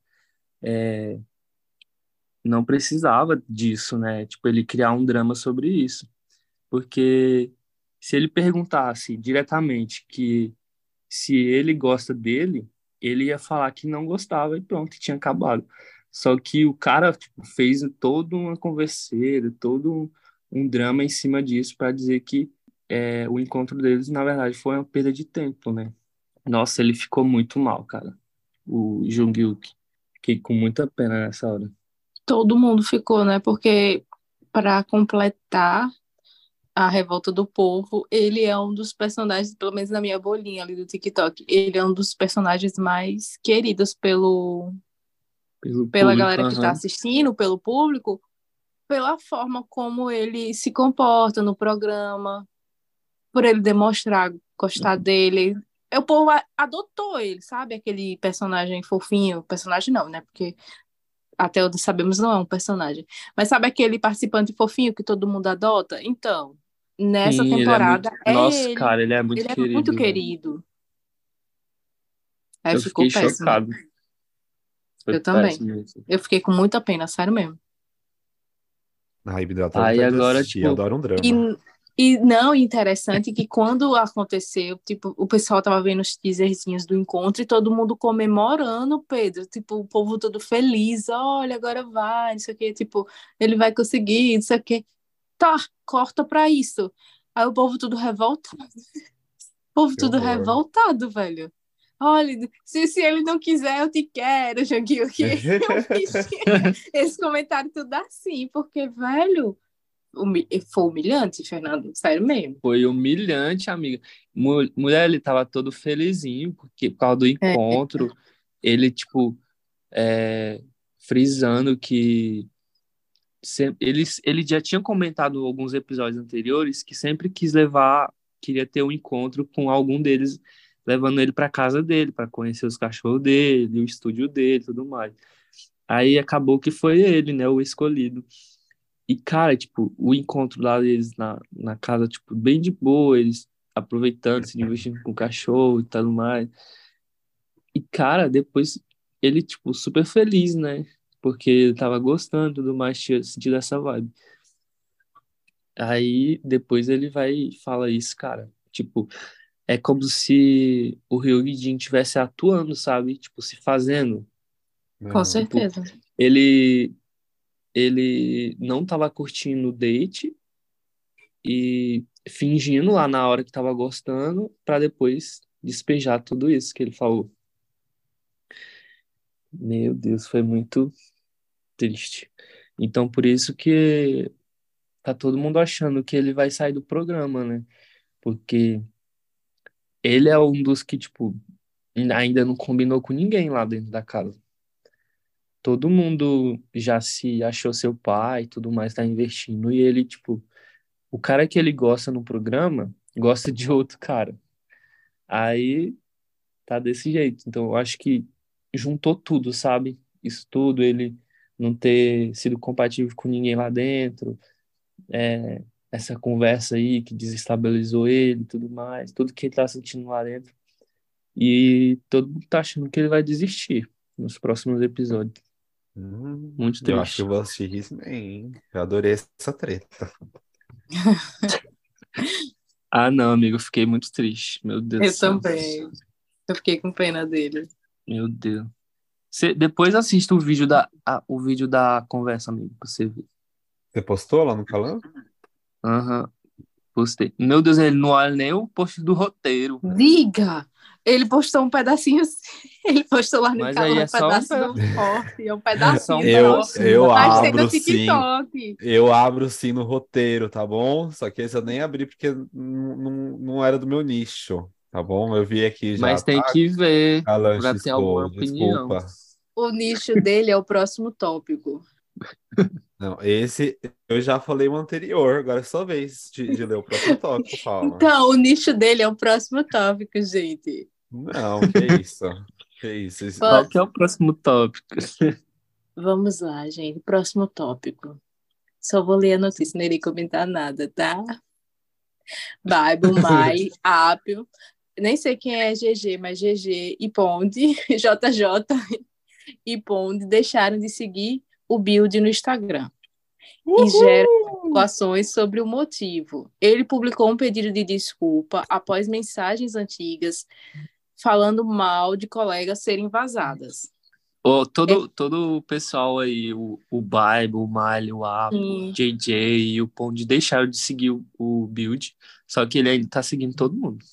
Não precisava disso, né? Tipo, ele criar um drama sobre isso. Porque se ele perguntasse diretamente que se ele gosta dele, ele ia falar que não gostava e pronto, tinha acabado. Só que o cara, tipo, fez toda uma converseira, todo um drama em cima disso para dizer que o encontro deles, na verdade, foi uma perda de tempo, né? Nossa, ele ficou muito mal, cara. O Jung-Hyuk. Fiquei com muita pena nessa hora. Todo mundo ficou, né? Porque para completar a revolta do povo, ele é um dos personagens, pelo menos na minha bolinha ali do TikTok, ele é um dos personagens mais queridos Pelo pela público, galera que está aham. assistindo, pelo público, pela forma como ele se comporta no programa, por ele demonstrar gostar dele. O povo adotou ele, sabe? Aquele personagem fofinho. Personagem não, né? Porque até onde sabemos não é um personagem. Mas sabe aquele participante fofinho que todo mundo adota? Então, nessa Sim, ele é muito. temporada é Nossa, ele. cara, ele é muito Ele é muito querido, velho. querido. Aí Eu ficou fiquei péssimo. chocado. Foi Eu também. péssimo isso. Eu fiquei com muita pena, sério mesmo. Ai, me deu até Aí vontade de agora, assistir. Eu tipo, adoro um E, drama. e não, interessante que quando aconteceu, tipo, o pessoal tava vendo os teaserzinhos do encontro e todo mundo comemorando, Pedro, tipo, o povo todo feliz, olha, agora vai, não sei o quê, tipo, ele vai conseguir, não sei o quê. Tá, corta pra isso. Aí o povo tudo revoltado, o povo Que tudo horror. revoltado, velho. Olha, se ele não quiser, eu te quero, Joguinho, que eu fiz esse comentário tudo assim, porque, velho, foi humilhante, Fernando, sério mesmo. foi humilhante, amiga. Mulher, ele tava todo felizinho, porque por causa do É, encontro, ele, tipo, frisando que ele já tinha comentado em alguns episódios anteriores que sempre queria ter um encontro com algum deles, levando ele para casa dele, para conhecer os cachorros dele, o estúdio dele, tudo mais. Aí acabou que foi ele, né, o escolhido. E, cara, tipo, o encontro lá deles na casa, tipo, bem de boa, eles aproveitando, se divertindo com o cachorro e tudo mais. E, cara, depois ele, tipo, super feliz, né? Porque ele tava gostando e tudo mais, tinha sentido essa vibe. Aí, depois ele vai e fala isso, cara. Tipo, é como se o Ryugi-jin estivesse atuando, sabe? Tipo, se fazendo. Com Não. Tipo, certeza. ele não tava curtindo o date e fingindo lá na hora que tava gostando pra depois despejar tudo isso que ele falou. Meu Deus, foi muito triste. Então, por isso que tá todo mundo achando que ele vai sair do programa, né? Porque ele é um dos que, tipo, ainda não combinou com ninguém lá dentro da casa. Todo mundo já se achou seu pai e tudo mais, tá investindo. E ele, tipo, o cara que ele gosta no programa gosta de outro cara. Aí tá desse jeito. Então, eu acho que juntou tudo, sabe? Isso tudo, ele não ter sido compatível com ninguém lá dentro, essa conversa aí que desestabilizou ele e tudo mais, tudo que ele tá sentindo lá dentro. E todo mundo tá achando que ele vai desistir nos próximos episódios. Muito Eu acho que eu triste. vou assistir isso bem, hein? Eu adorei essa treta. Ah, não, amigo, eu fiquei muito triste. Meu Deus do Eu céu. também. Eu fiquei com pena dele. Meu Deus. Depois assista o vídeo da conversa, amigo, pra você ver. Você postou lá no Calão? Aham, postei. Meu Deus, ele não olha nem o post do roteiro. Diga! Ele postou um pedacinho. Ele postou lá no Mas aí calor é um só pedaço do corte. É um é só um pedacinho só. pedacinho. Eu Mas tem no abro sim. TikTok. Eu abro sim no roteiro, tá bom? Só que esse eu nem abri porque não era do meu nicho, tá bom? Eu vi aqui já, Mas tem tá? que ver Alan pra ter alguma Xisco, opinião. desculpa. O nicho dele é o próximo tópico. Não, esse eu já falei o anterior, agora é sua vez de ler o próximo tópico, Paula. Então, o nicho dele é o próximo tópico, gente. Não, que isso? Que isso? Qual que é o próximo tópico? Vamos lá, gente. Próximo tópico. Só vou ler a notícia, não irei comentar nada, tá? Bible, Mai, Apio. Nem sei quem é GG, mas GG e Ponde, JJ e Ponde deixaram de seguir o build no Instagram. E geram especulações sobre o motivo. Ele publicou um pedido de desculpa após mensagens antigas falando mal de colegas serem vazadas. Todo o pessoal aí, o Bible, o Miley, o Apo, o Sim. JJ e o Pond deixaram de seguir o build, só que ele ainda tá seguindo todo mundo.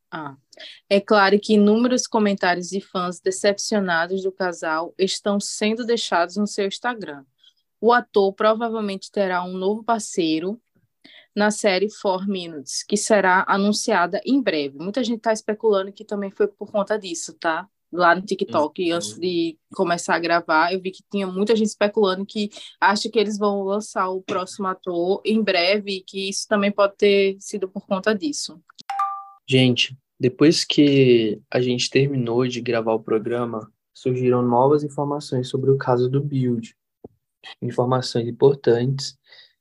É claro que inúmeros comentários de fãs decepcionados do casal estão sendo deixados no seu Instagram. O ator provavelmente terá um novo parceiro na série 4 Minutes, que será anunciada em breve. Muita gente está especulando que também foi por conta disso, tá? Lá no TikTok, antes de começar a gravar, eu vi que tinha muita gente especulando que acha que eles vão lançar o próximo ator em breve e que isso também pode ter sido por conta disso. Gente, depois que a gente terminou de gravar o programa, surgiram novas informações sobre o caso do Build, informações importantes,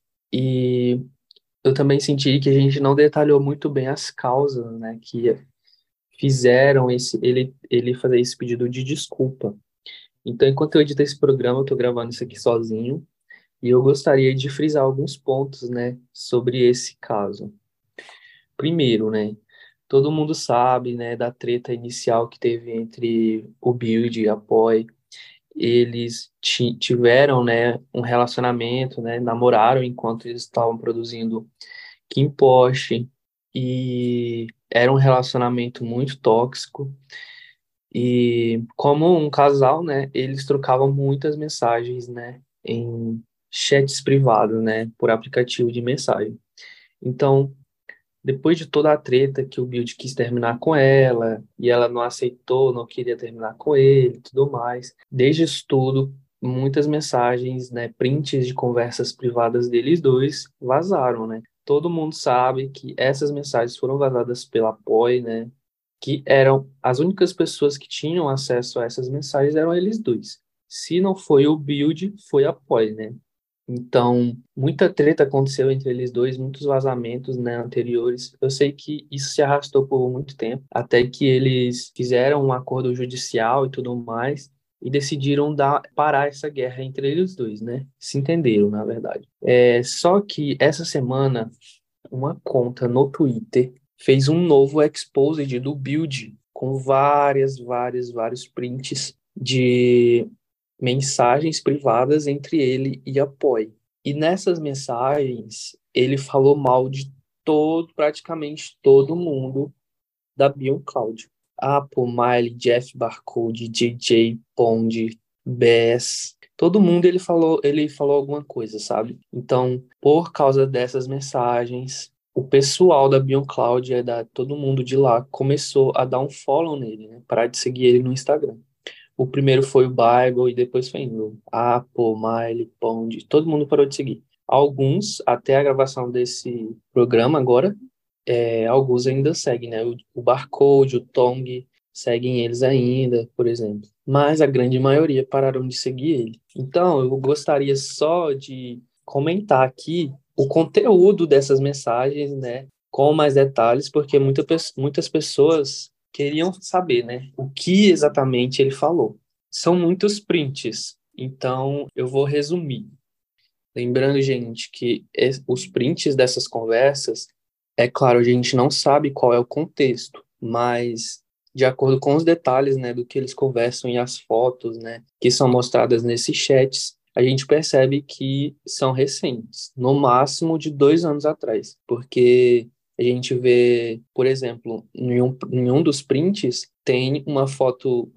e eu também senti que a gente não detalhou muito bem as causas, né, que fizeram ele fazer esse pedido de desculpa. Então, enquanto eu edito esse programa, eu estou gravando isso aqui sozinho, e eu gostaria de frisar alguns pontos, né, sobre esse caso. Primeiro, né, todo mundo sabe, né, da treta inicial que teve entre o Build e a Poi. Eles tiveram, né, um relacionamento, né, namoraram enquanto eles estavam produzindo Kim Porsche, e era um relacionamento muito tóxico. E como um casal, né, eles trocavam muitas mensagens, né, em chats privados, né, por aplicativo de mensagem. Então, depois de toda a treta que o Build quis terminar com ela, e ela não aceitou, não queria terminar com ele, e tudo mais. Desde isso tudo, muitas mensagens, né, prints de conversas privadas deles dois vazaram, né? Todo mundo sabe que essas mensagens foram vazadas pela Apoy, né? Que eram as únicas pessoas que tinham acesso a essas mensagens eram eles dois. Se não foi o Build, foi a Apoy, né? Então, muita treta aconteceu entre eles dois, muitos vazamentos, né, anteriores. Eu sei que isso se arrastou por muito tempo, até que eles fizeram um acordo judicial e tudo mais, e decidiram parar essa guerra entre eles dois, né? Se entenderam, na verdade. Só que essa semana, uma conta no Twitter fez um novo exposed do Build, com vários prints de mensagens privadas entre ele e a Poi. E nessas mensagens, ele falou mal de praticamente todo mundo da BeyondCloud. Apple, Miley, Jeff Barcode, JJ, Pond, Bess, todo mundo ele falou alguma coisa, sabe? Então, por causa dessas mensagens, o pessoal da BeyondCloud, todo mundo de lá, começou a dar um follow nele, né? Parar de seguir ele no Instagram. O primeiro foi o Bible e depois foi indo Apple, Miley, Pond, todo mundo parou de seguir. Alguns, até a gravação desse programa agora, alguns ainda seguem, né? O Barcode, o Tong, seguem eles ainda, por exemplo. Mas a grande maioria pararam de seguir ele. Então, eu gostaria só de comentar aqui o conteúdo dessas mensagens, né? Com mais detalhes, porque muitas pessoas queriam saber, né? O que exatamente ele falou. São muitos prints, então eu vou resumir. Lembrando, gente, que os prints dessas conversas, é claro, a gente não sabe qual é o contexto, mas de acordo com os detalhes, né, do que eles conversam e as fotos, né, que são mostradas nesses chats, a gente percebe que são recentes, no máximo de 2 anos atrás, porque a gente vê, por exemplo, em um dos prints tem uma foto,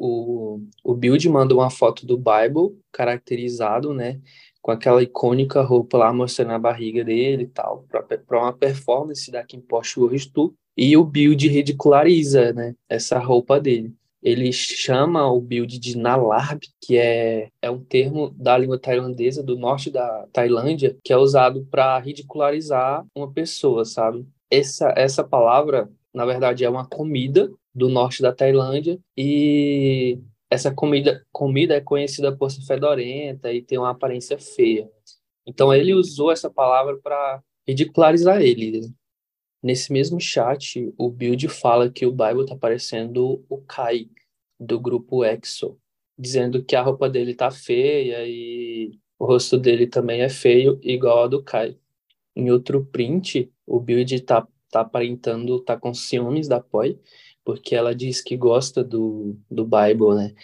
o Build manda uma foto do Bible caracterizado, né, com aquela icônica roupa lá mostrando a barriga dele e tal, para uma performance da Kim Porsche World Tour. E o Build ridiculariza, né, essa roupa dele. Ele chama o Build de Nalarb, que é um termo da língua tailandesa, do norte da Tailândia, que é usado para ridicularizar uma pessoa, sabe? Essa palavra, na verdade, é uma comida do norte da Tailândia e essa comida é conhecida por ser fedorenta e ter uma aparência feia. Então ele usou essa palavra para ridicularizar ele, né? Nesse mesmo chat, o Build fala que o Bible está parecendo o Kai, do grupo EXO, dizendo que a roupa dele tá feia e o rosto dele também é feio, igual ao do Kai. Em outro print, o Build tá aparentando tá com ciúmes da Poi, porque ela diz que gosta do Bible, né?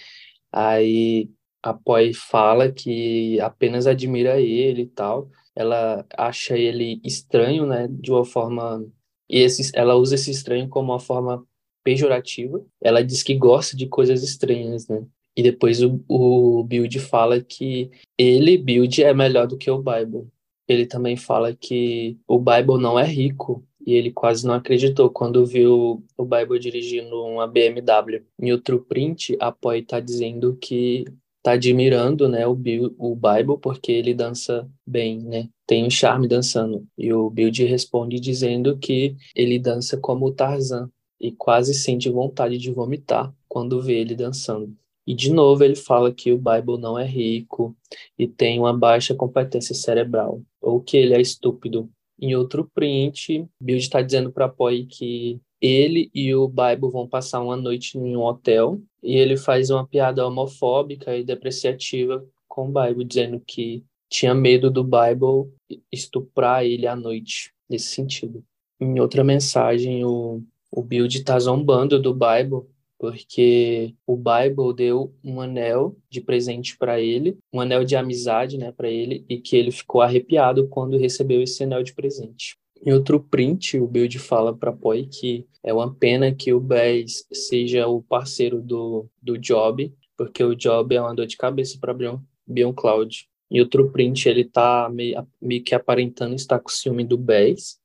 Aí a Poi fala que apenas admira ele e tal. Ela acha ele estranho, né? De uma forma. Ela usa esse estranho como uma forma pejorativa. Ela diz que gosta de coisas estranhas, né? E depois o Build fala que ele, Build, é melhor do que o Bible. Ele também fala que o Bible não é rico e ele quase não acreditou quando viu o Bible dirigindo uma BMW. Em outro print, a Poi está dizendo que está admirando, né, o Bible porque ele dança bem, né? Tem um charme dançando. E o Build responde dizendo que ele dança como o Tarzan e quase sente vontade de vomitar quando vê ele dançando. E de novo ele fala que o Bible não é rico e tem uma baixa competência cerebral, ou que ele é estúpido. Em outro print, Build está dizendo para Poi que ele e o Bible vão passar uma noite em um hotel e ele faz uma piada homofóbica e depreciativa com o Bible, dizendo que tinha medo do Bible estuprar ele à noite, nesse sentido. Em outra mensagem, o Build está zombando do Bible porque o Bible deu um anel de presente para ele, um anel de amizade, né, para ele, e que ele ficou arrepiado quando recebeu esse anel de presente. Em outro print, o Build fala para Poi que é uma pena que o Bass seja o parceiro do Job, porque o Job é uma dor de cabeça para BeyondCloud. Em outro print, ele tá meio que aparentando estar com ciúme do Bass.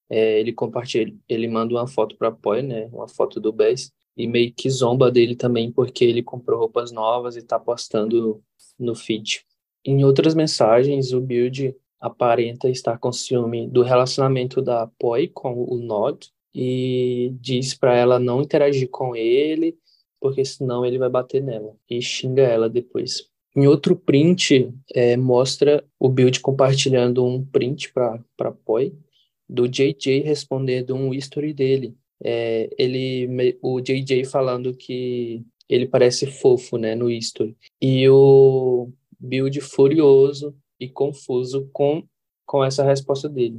Ele manda uma foto para Poi, né, uma foto do Bass, e meio que zomba dele também porque ele comprou roupas novas e tá postando no feed. Em outras mensagens, o Build aparenta estar com ciúme do relacionamento da Poi com o Nod e diz para ela não interagir com ele, porque senão ele vai bater nela e xinga ela depois. Em outro print, mostra o Build compartilhando um print para Poi do JJ respondendo um history dele. O JJ falando que ele parece fofo, né, no history. E o Build furioso e confuso com essa resposta dele.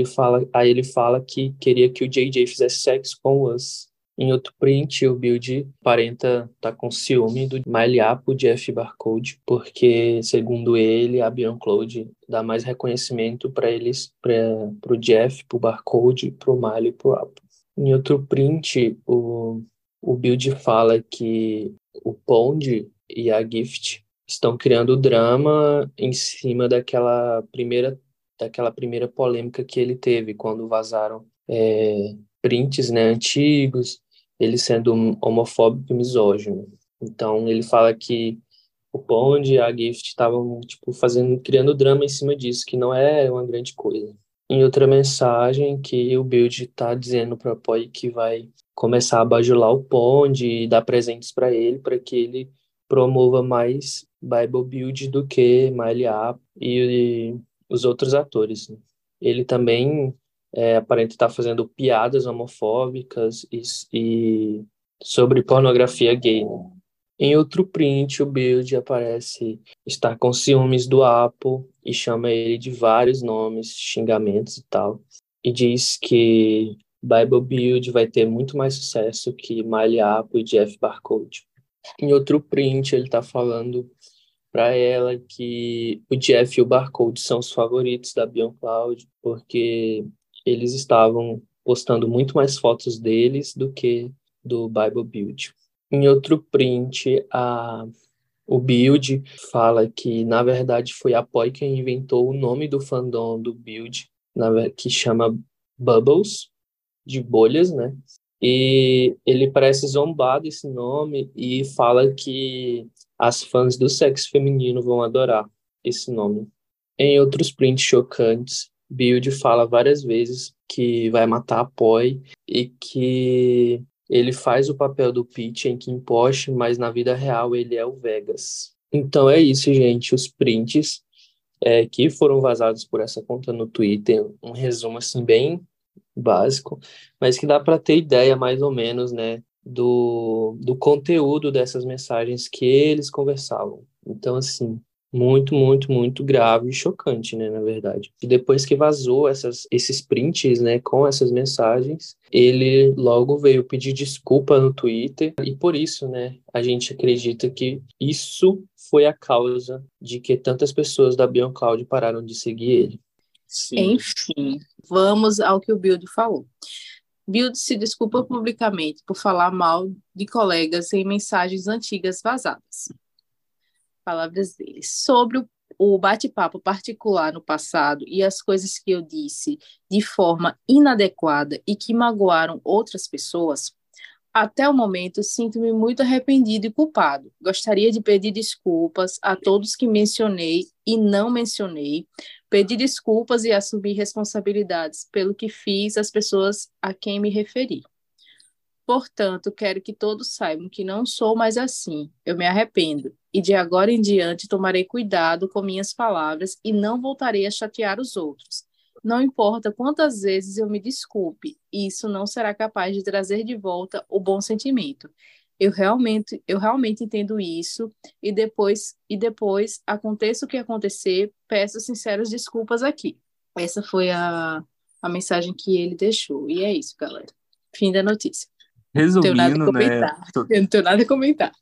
Ele fala que queria que o JJ fizesse sexo com o Us. Em outro print, o Build aparenta estar com ciúme do Miley pro Jeff Barcode, porque, segundo ele, a Beyond dá mais reconhecimento para eles, para o Jeff, pro Barcode, pro Miley e pro Apple. Em outro print, o Build fala que o Pond e a Gift estão criando drama em cima daquela primeira polêmica que ele teve quando vazaram prints, né, antigos, ele sendo homofóbico e misógino. Então ele fala que o Pond e a Gift estavam criando drama em cima disso, que não é uma grande coisa. Em outra mensagem, que o Build está dizendo para o Poi que vai começar a bajular o Pond e dar presentes para que ele promova mais Bible Build do que Miley Up e os outros atores. Ele também aparenta estar fazendo piadas homofóbicas e sobre pornografia gay. Em outro print, o Build aparece estar com ciúmes do Apple e chama ele de vários nomes, xingamentos e tal. E diz que Bible Build vai ter muito mais sucesso que Miley Apple e Jeff Barcode. Em outro print, ele está falando para ela que o Jeff e o Barcode são os favoritos da Beyond Cloud, porque eles estavam postando muito mais fotos deles do que do Bible Build. Em outro print, o Build fala que, na verdade, foi a Poi quem inventou o nome do fandom do Build, que chama Bubbles, de bolhas, né? E ele parece zombar desse nome e fala que as fãs do sexo feminino vão adorar esse nome. Em outros prints chocantes, Build fala várias vezes que vai matar a Poi e que ele faz o papel do Pete em Kim Porsche, mas na vida real ele é o Vegas. Então é isso, gente. Os prints que foram vazados por essa conta no Twitter, um resumo assim bem básico, mas que dá para ter ideia mais ou menos, né, do conteúdo dessas mensagens que eles conversavam. Então, assim, muito, muito, muito grave e chocante, né, na verdade. E depois que vazou esses prints, né, com essas mensagens, ele logo veio pedir desculpa no Twitter e por isso, né, a gente acredita que isso foi a causa de que tantas pessoas da Beyond Cloud pararam de seguir ele. Sim. Enfim, vamos ao que o Build falou. Build se desculpa publicamente por falar mal de colegas em mensagens antigas vazadas. Palavras dele. Sobre o bate-papo particular no passado e as coisas que eu disse de forma inadequada e que magoaram outras pessoas, até o momento sinto-me muito arrependido e culpado. Gostaria de pedir desculpas a todos que mencionei e não mencionei, pedir desculpas e assumir responsabilidades pelo que fiz às pessoas a quem me referi. Portanto, quero que todos saibam que não sou mais assim. Eu me arrependo e de agora em diante tomarei cuidado com minhas palavras e não voltarei a chatear os outros. Não importa quantas vezes eu me desculpe, isso não será capaz de trazer de volta o bom sentimento. Eu realmente entendo isso e depois aconteça o que acontecer, peço sinceras desculpas aqui. Essa foi a mensagem que ele deixou. E é isso, galera. Fim da notícia. Resumindo, né? Eu não tenho nada a comentar.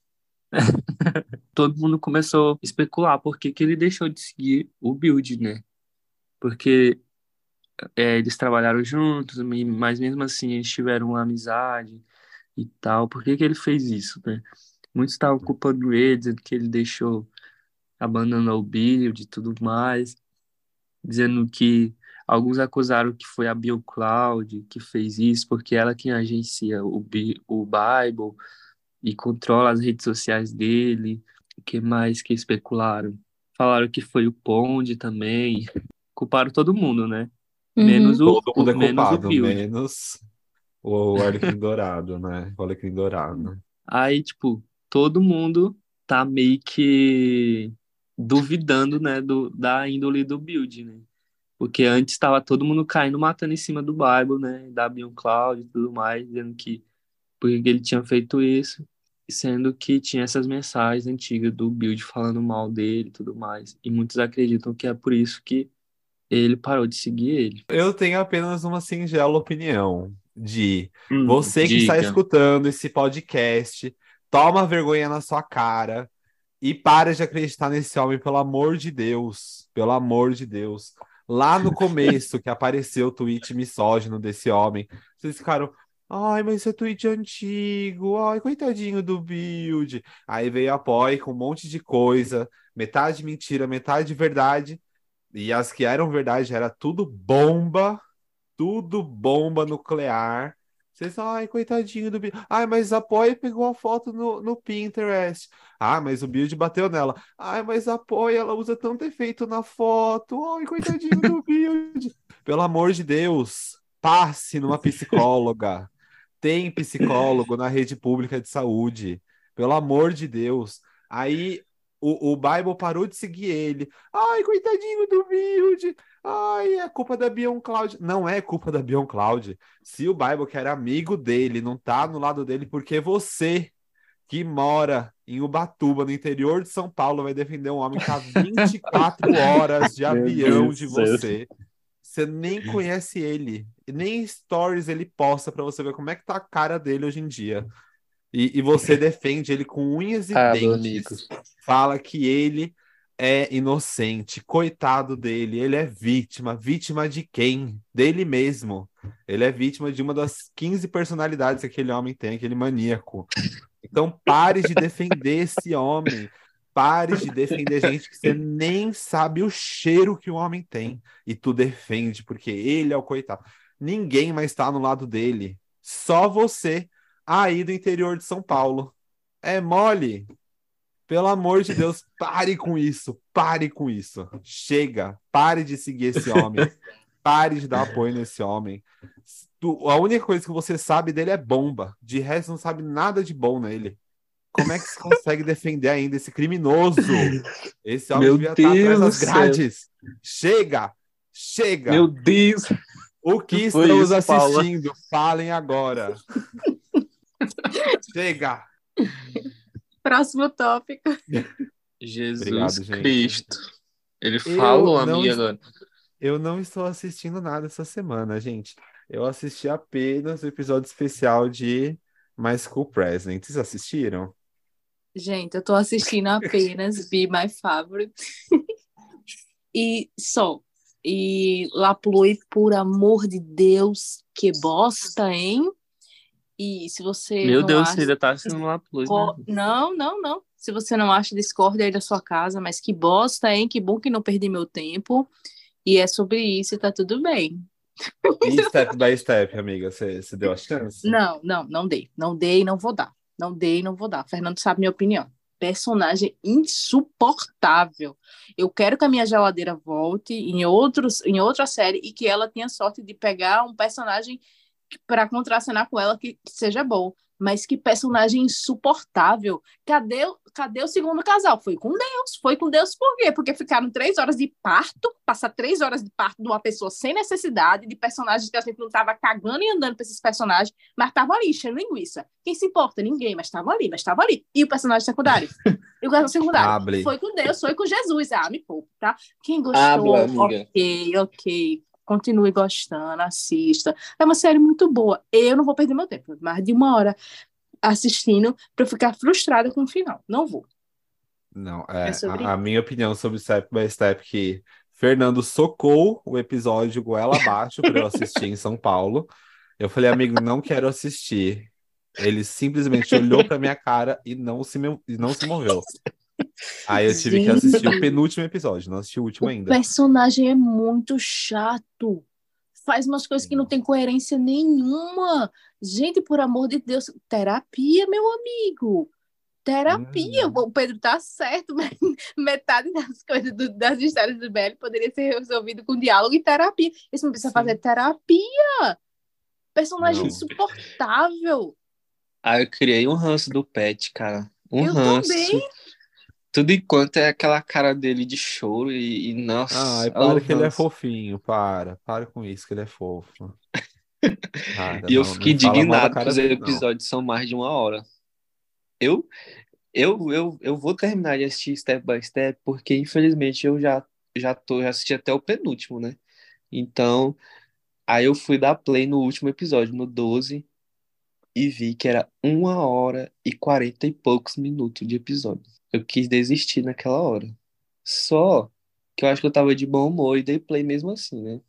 Todo mundo começou a especular por que ele deixou de seguir o Build, né? Porque eles trabalharam juntos, mas mesmo assim eles tiveram uma amizade e tal. Por que ele fez isso, né? Muitos estavam culpando ele, dizendo que ele abandonou o Build e tudo mais, dizendo que alguns acusaram que foi a Bill Cloud que fez isso, porque ela quem agencia o Bible e controla as redes sociais dele. O que mais que especularam? Falaram que foi o Pond também. Culparam todo mundo, né? Uhum. Menos o, Todo mundo é menos o culpado, Build. menos o Alecrim Dourado, né? O Alecrim Dourado. Aí, tipo, todo mundo tá meio que duvidando, né, da índole do Build, né? Porque antes estava todo mundo caindo, matando em cima do Bible, né? Da Bion Cloud e tudo mais, dizendo que porque ele tinha feito isso, sendo que tinha essas mensagens antigas do Build falando mal dele e tudo mais. E muitos acreditam que é por isso que ele parou de seguir ele. Eu tenho apenas uma singela opinião de você que está Diga. escutando esse podcast, toma vergonha na sua cara e para de acreditar nesse homem, pelo amor de Deus. Pelo amor de Deus. Lá no começo que apareceu o tweet misógino desse homem, vocês ficaram, ai, mas esse é tweet antigo, ai, coitadinho do Build. Aí veio a Poi com um monte de coisa, metade mentira, metade verdade. E as que eram verdade era tudo bomba nuclear. Vocês, ai, coitadinho do Build. Ai, mas a Poi pegou a foto no Pinterest. Ah, mas o Build bateu nela. Ai, mas a Poi, ela usa tanto efeito na foto. Ai, coitadinho do Build. Pelo amor de Deus, passe numa psicóloga. Tem psicólogo na rede pública de saúde. Pelo amor de Deus. Aí o Bible parou de seguir ele. Ai, coitadinho do Build. Ai, é culpa da Bion Cloud. Não é culpa da Bion Cloud. Se o Bible, que era amigo dele, não tá no lado dele, porque você, que mora em Ubatuba, no interior de São Paulo, vai defender um homem que tá 24 horas de avião de você. Você nem conhece ele. Nem stories ele posta pra você ver como é que tá a cara dele hoje em dia. E você defende ele com unhas e Meu dentes. Fala que ele é inocente. Coitado dele. Ele é vítima. Vítima de quem? Dele mesmo. Ele é vítima de uma das 15 personalidades que aquele homem tem, aquele maníaco. Então pare de defender esse homem. Pare de defender gente que você nem sabe o cheiro que o homem tem. E tu defende, porque ele é o coitado. Ninguém mais tá no lado dele. Só você aí do interior de São Paulo. É mole. Pelo amor de Deus, pare com isso. Pare com isso. Chega. Pare de seguir esse homem. Pare de dar apoio nesse homem. A única coisa que você sabe dele é bomba. De resto, não sabe nada de bom nele. Como é que se consegue defender ainda esse criminoso? Esse homem Meu devia estar atrás Deus das do céu. grades. Chega! Chega! Meu Deus! O que foi estamos isso, Paula? assistindo? Falem agora. Chega! Próximo tópico. Jesus Obrigado, gente. Cristo. Ele falou a não mim es- agora. Eu não estou assistindo nada essa semana, gente. Eu assisti apenas o episódio especial de My School President. Vocês assistiram? Gente, eu tô assistindo apenas Be My Favorite. E só. E La Pluie, por amor de Deus, que bosta, hein? E se você Meu não Deus, acha... você ainda tá assistindo lá Plus, né? Não. Se você não acha, discorde aí da sua casa, mas que bosta, hein? Que bom que não perdi meu tempo. E é sobre isso e tá tudo bem. E Step by Step, amiga, você deu a chance? Não dei. Não dei, não vou dar. Não dei, não vou dar. Fernando sabe minha opinião. Personagem insuportável. Eu quero que a minha geladeira volte em outra série e que ela tenha sorte de pegar um personagem para contracenar com ela que seja bom. Mas que personagem insuportável. Cadê o segundo casal? Foi com Deus. Foi com Deus por quê? Porque ficaram 3 horas de parto, passar 3 horas de parto de uma pessoa sem necessidade, de personagens que a gente não estava cagando e andando para esses personagens, mas estavam ali, enchendo linguiça. Quem se importa? Ninguém, mas estavam ali. E o personagem secundário? E o casal secundário? Hable. Foi com Deus, foi com Jesus. Me poupa, tá? Quem gostou, Habla, amiga. ok. Continue gostando, assista. É uma série muito boa. Eu não vou perder meu tempo. Mais de 1 hora assistindo para eu ficar frustrada com o final. Não vou. Não, É sobre a minha opinião sobre Step by Step que Fernando socou o episódio goela abaixo para eu assistir em São Paulo. Eu falei, amigo, não quero assistir. Ele simplesmente olhou para minha cara e não se moveu. Aí eu tive que assistir o penúltimo episódio, não assisti o último ainda. O personagem é muito chato. Faz umas coisas que não tem coerência nenhuma. Gente, por amor de Deus, terapia, meu amigo. Terapia, o Pedro tá certo, mas metade das coisas, das histórias do BL poderia ser resolvido com diálogo e terapia. Esse não precisa fazer terapia. Personagem Não. insuportável. Eu criei um ranço do Pet, cara. Um Eu ranço. também. Tudo enquanto é aquela cara dele de choro e nossa, Para o que ele é ranço. fofinho, para com isso que ele é fofo. Cara, E eu não fiquei fala mal da indignado que cara os dele, não. episódios são mais de 1 hora. Eu, eu vou terminar de assistir Step by Step, porque infelizmente eu já assisti até o penúltimo, né? Então, aí eu fui dar play no último episódio, no 12, e vi que era 1 hora e 40 e poucos minutos de episódio. Eu quis desistir naquela hora. Só que eu acho que eu tava de bom humor e dei play mesmo assim, né?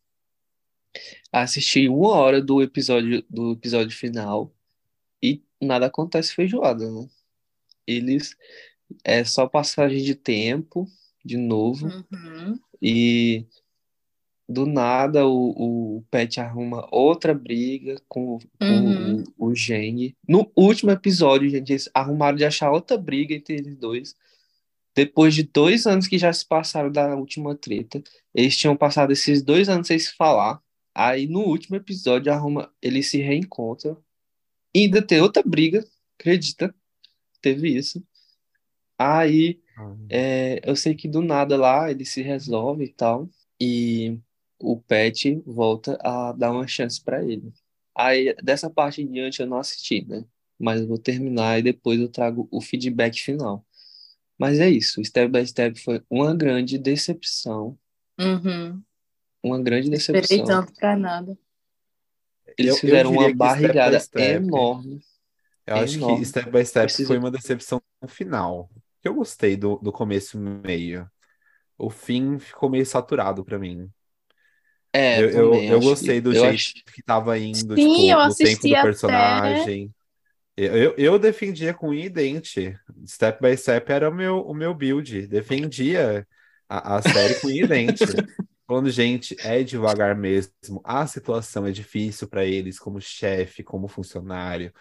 Assisti 1 hora do episódio final e nada acontece feijoada, né? Eles é só passagem de tempo, de novo, Uhum. e do nada o Pet arruma outra briga com Uhum. o Geng. No último episódio, gente, eles arrumaram de achar outra briga entre eles dois. Depois de 2 anos que já se passaram da última treta, eles tinham passado esses 2 anos sem se falar. Aí no último episódio eles se reencontram. E ainda tem outra briga, acredita? Teve isso. Aí eu sei que do nada lá ele se resolve e tal. E o Pet volta a dar uma chance pra ele. Aí dessa parte em diante eu não assisti, né? Mas eu vou terminar e depois eu trago o feedback final. Mas é isso, Step by Step foi uma grande decepção. Uhum. Uma grande Esperei decepção. tanto pra nada. Eles Eu fizeram uma diria que Step by barrigada Step, enorme, eu acho que enorme. Step by Step foi Precisa. uma decepção no final. Eu gostei do começo e meio. O fim ficou meio saturado pra mim. Também Eu acho. gostei do Eu jeito acho. que tava indo, Sim, tipo, eu do tempo assisti do até. personagem. Eu defendia com ident. Step by Step era o meu build. Defendia a série com ident. Falando, gente, é devagar mesmo. A situação é difícil para eles, como chefe, como funcionário.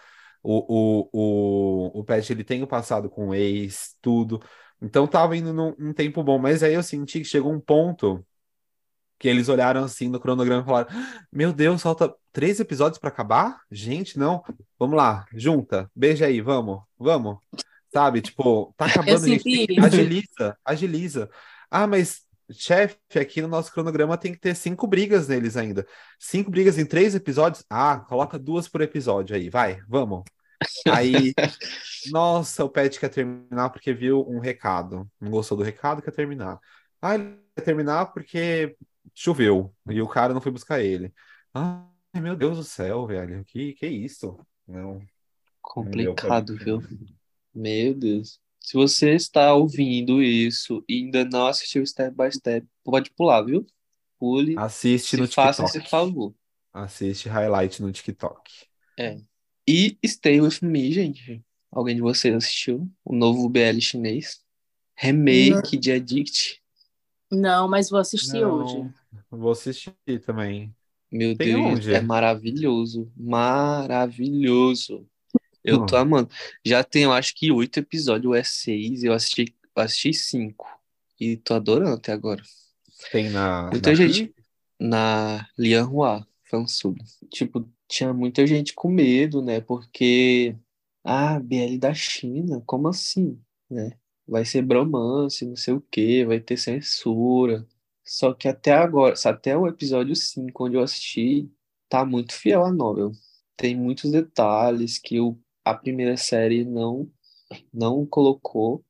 O Pet, ele tem o passado com o ex, tudo. Então tava indo num tempo bom. Mas aí eu senti que chegou um ponto que eles olharam assim no cronograma e falaram: Meu Deus, falta 3 episódios para acabar? Gente, não. Vamos lá, junta, beija aí, vamos. Sabe, tipo, tá Eu acabando, gente. senti isso. Agiliza. Ah, mas, chefe, aqui no nosso cronograma tem que ter 5 brigas neles ainda. 5 brigas em 3 episódios? Ah, coloca 2 por episódio aí, vai, vamos. Aí, nossa, o Pet quer terminar porque viu um recado. Não gostou do recado, quer terminar. Ah, ele quer terminar porque choveu e o cara não foi buscar ele. Ai, meu Deus do céu, velho. Que isso? Não deu pra mim. Complicado, viu? Meu Deus. Se você está ouvindo isso e ainda não assistiu Step by Step, pode pular, viu? Pule, Assiste se no faça esse TikTok. favor. Assiste highlight no TikTok. É. E Stay With Me, gente. Alguém de vocês assistiu? O novo BL chinês? Não, Remake de Addict. não, mas vou assistir hoje. Não, vou assistir também. Meu Tem Deus, é onde? maravilhoso. Maravilhoso. Eu tô Hum, amando. Já tem, eu acho que 8 episódios, ou é 6. Eu assisti 5. E tô adorando até agora. tem na Muita gente Pi? na Lianhua Fansub. Tipo, tinha muita gente com medo, né? Porque, BL da China, como assim, né? Vai ser bromance, não sei o quê, vai ter censura. Só que até agora, até o episódio 5 onde eu assisti, tá muito fiel à novel. Tem muitos detalhes que a primeira série não colocou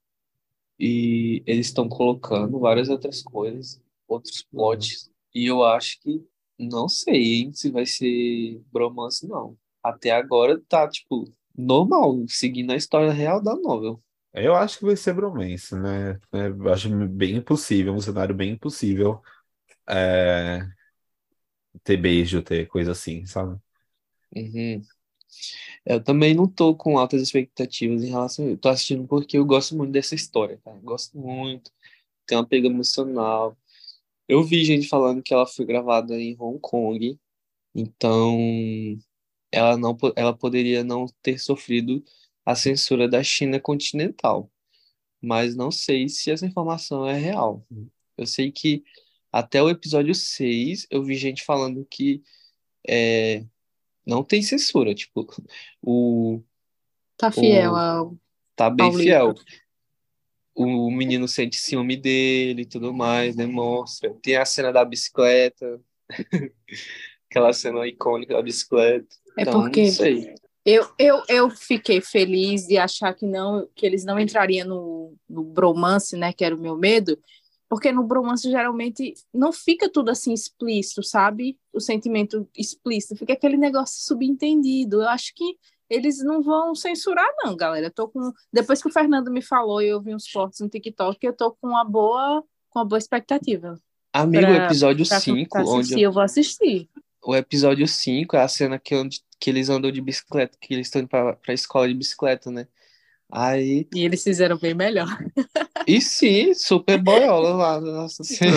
e eles estão colocando várias outras coisas, outros Hum. plots. E eu acho que, não sei, hein, se vai ser bromance, não. Até agora tá, tipo, normal, seguindo a história real da novel. Eu acho que vai ser bromance, né? Eu acho bem impossível, um cenário bem impossível é, ter beijo, ter coisa assim, sabe? Uhum. Eu também não tô com altas expectativas em relação a isso. Tô assistindo porque eu gosto muito dessa história, cara. Gosto muito. Tem uma pega emocional. Eu vi gente falando que ela foi gravada em Hong Kong, então ela poderia não ter sofrido a censura da China continental, mas não sei se essa informação é real. Eu sei que até o episódio 6 eu vi gente falando que não tem censura, tipo, o, Tá fiel o, tá bem ao fiel. livro. O menino sente ciúme dele e tudo mais, demonstra. Tem a cena da bicicleta, aquela cena icônica da bicicleta. É Então, não porque sei. eu fiquei feliz de achar que eles não entrariam no bromance, né, que era o meu medo, porque no bromance geralmente não fica tudo assim explícito, sabe? O sentimento explícito, fica aquele negócio subentendido. Eu acho que eles não vão censurar, não, galera. Depois que o Fernando me falou e eu vi uns cortes no TikTok, eu tô com uma boa expectativa Amigo, o para episódio para 5 assistir. Eu vou assistir. o episódio 5 é a cena que eles andam de bicicleta, que eles estão indo pra escola de bicicleta, né? Aí, E eles fizeram bem melhor. e sim, super boiola lá, nossa senhora.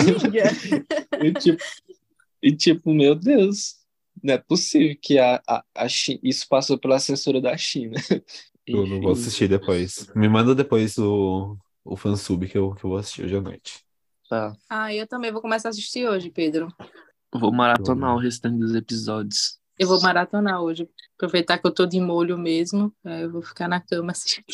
E tipo, meu Deus, não é possível que isso passou pela censura da China. Eu não vou Enfim, assistir depois. Me manda depois o fansub que eu vou assistir hoje à noite. tá. Eu também vou começar a assistir hoje, Pedro. Vou maratonar o restante dos episódios. Eu vou maratonar hoje. Aproveitar que eu tô de molho mesmo. Eu vou ficar na cama assistindo.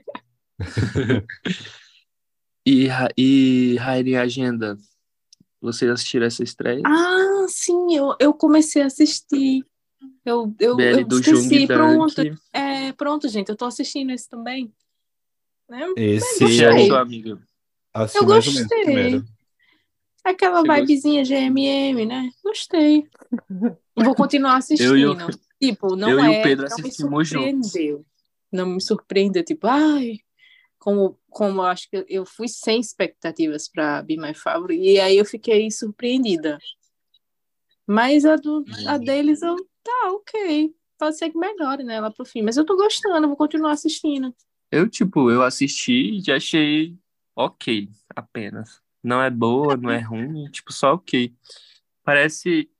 E Raíra em Agenda, vocês assistiram essa estreia? Sim, eu comecei a assistir. BL Eu do Jung esqueci. Pronto. Dunk. Pronto, gente. Eu tô assistindo esse também. Né? Esse Você Gostei. achou, amiga? assisti Eu mais ou menos gostei. primeiro. Aquela Você vibezinha GMM, né? Gostei. Vou continuar Eu e o, assistindo. Tipo, eu e o Pedro não me assistimos juntos. surpreendeu. Não me surpreendeu. Tipo, como eu acho que eu fui sem expectativas para Be My Favorite, e aí eu fiquei surpreendida. Mas a deles, tá, ok. Pode ser que melhore, né, lá pro fim. Mas eu tô gostando, eu vou continuar assistindo. Eu assisti e achei ok, apenas. Não é boa, não é ruim, tipo, só ok. Parece,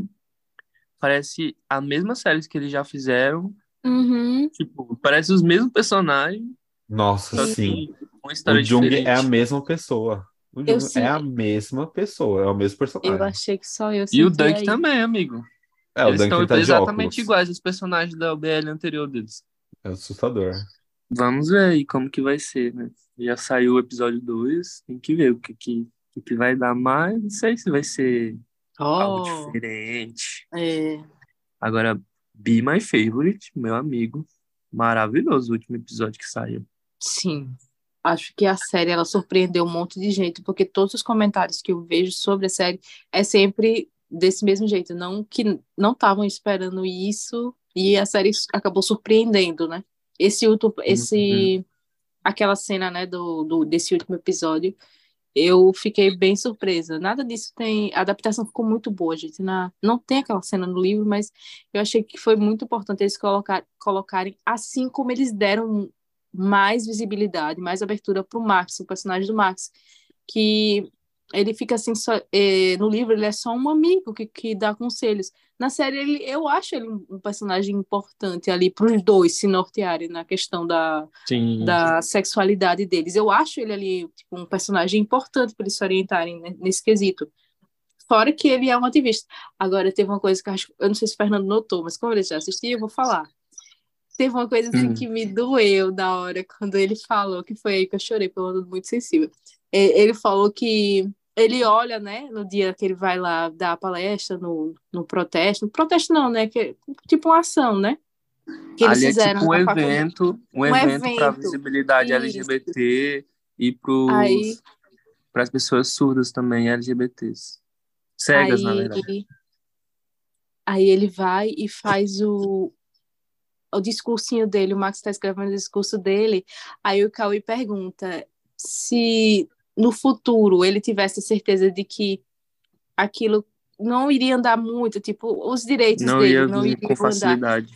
parece a mesma série que eles já fizeram, Uhum. tipo, parece os mesmos personagens, Nossa, só sim. que com O história Jung é a diferente. mesma pessoa. O Eu, Jung é sim, a mesma pessoa, é o mesmo eu personagem. achei que só eu E o sentia Dunk isso. também, amigo. É, o Eles Duncan estão tá de exatamente óculos. iguais aos personagens da OBL anterior deles. É assustador. Vamos ver aí como que vai ser, né? Já saiu o episódio 2, tem que ver o que vai dar mais. Não sei se vai ser algo Oh, diferente. é, Agora, Be My Favorite, meu amigo. Maravilhoso o último episódio que saiu. sim. Acho que a série ela surpreendeu um monte de gente, porque todos os comentários que eu vejo sobre a série é sempre desse mesmo jeito, não que não estavam esperando isso e a série acabou surpreendendo, né? Uhum. Aquela cena, né, desse último episódio, eu fiquei bem surpresa. Nada disso tem. A adaptação ficou muito boa, gente. Não tem aquela cena no livro, mas eu achei que foi muito importante eles colocarem, assim como eles deram mais visibilidade, mais abertura para o Max, o personagem do Max, que ele fica assim, no livro ele é só um amigo que dá conselhos. Na série, eu acho ele um personagem importante ali para os dois se nortearem na questão Sim. da sexualidade deles. Eu acho ele ali tipo, um personagem importante para eles se orientarem, né, nesse quesito. Fora que ele é um ativista. Agora, teve uma coisa que eu não sei se o Fernando notou, mas como ele já assistiu, eu vou falar. Teve uma coisa assim que me doeu da hora quando ele falou, que foi aí que eu chorei, porque eu ando muito sensível. Ele falou que ele olha, né, no dia que ele vai lá dar a palestra no protesto. No protesto não, né, que é tipo uma ação, né, que eles Ali é fizeram tipo um na faculdade. evento, um Um evento para evento. visibilidade Isso. LGBT e Aí, para as pessoas surdas também, LGBTs. Cegas, na aí, verdade. aí ele vai e faz o discursinho dele, o Max está escrevendo o discurso dele, aí o Cauê pergunta se no futuro ele tivesse certeza de que aquilo não iria andar muito, tipo, os direitos Não dele ia não vir com iriam andar. facilidade.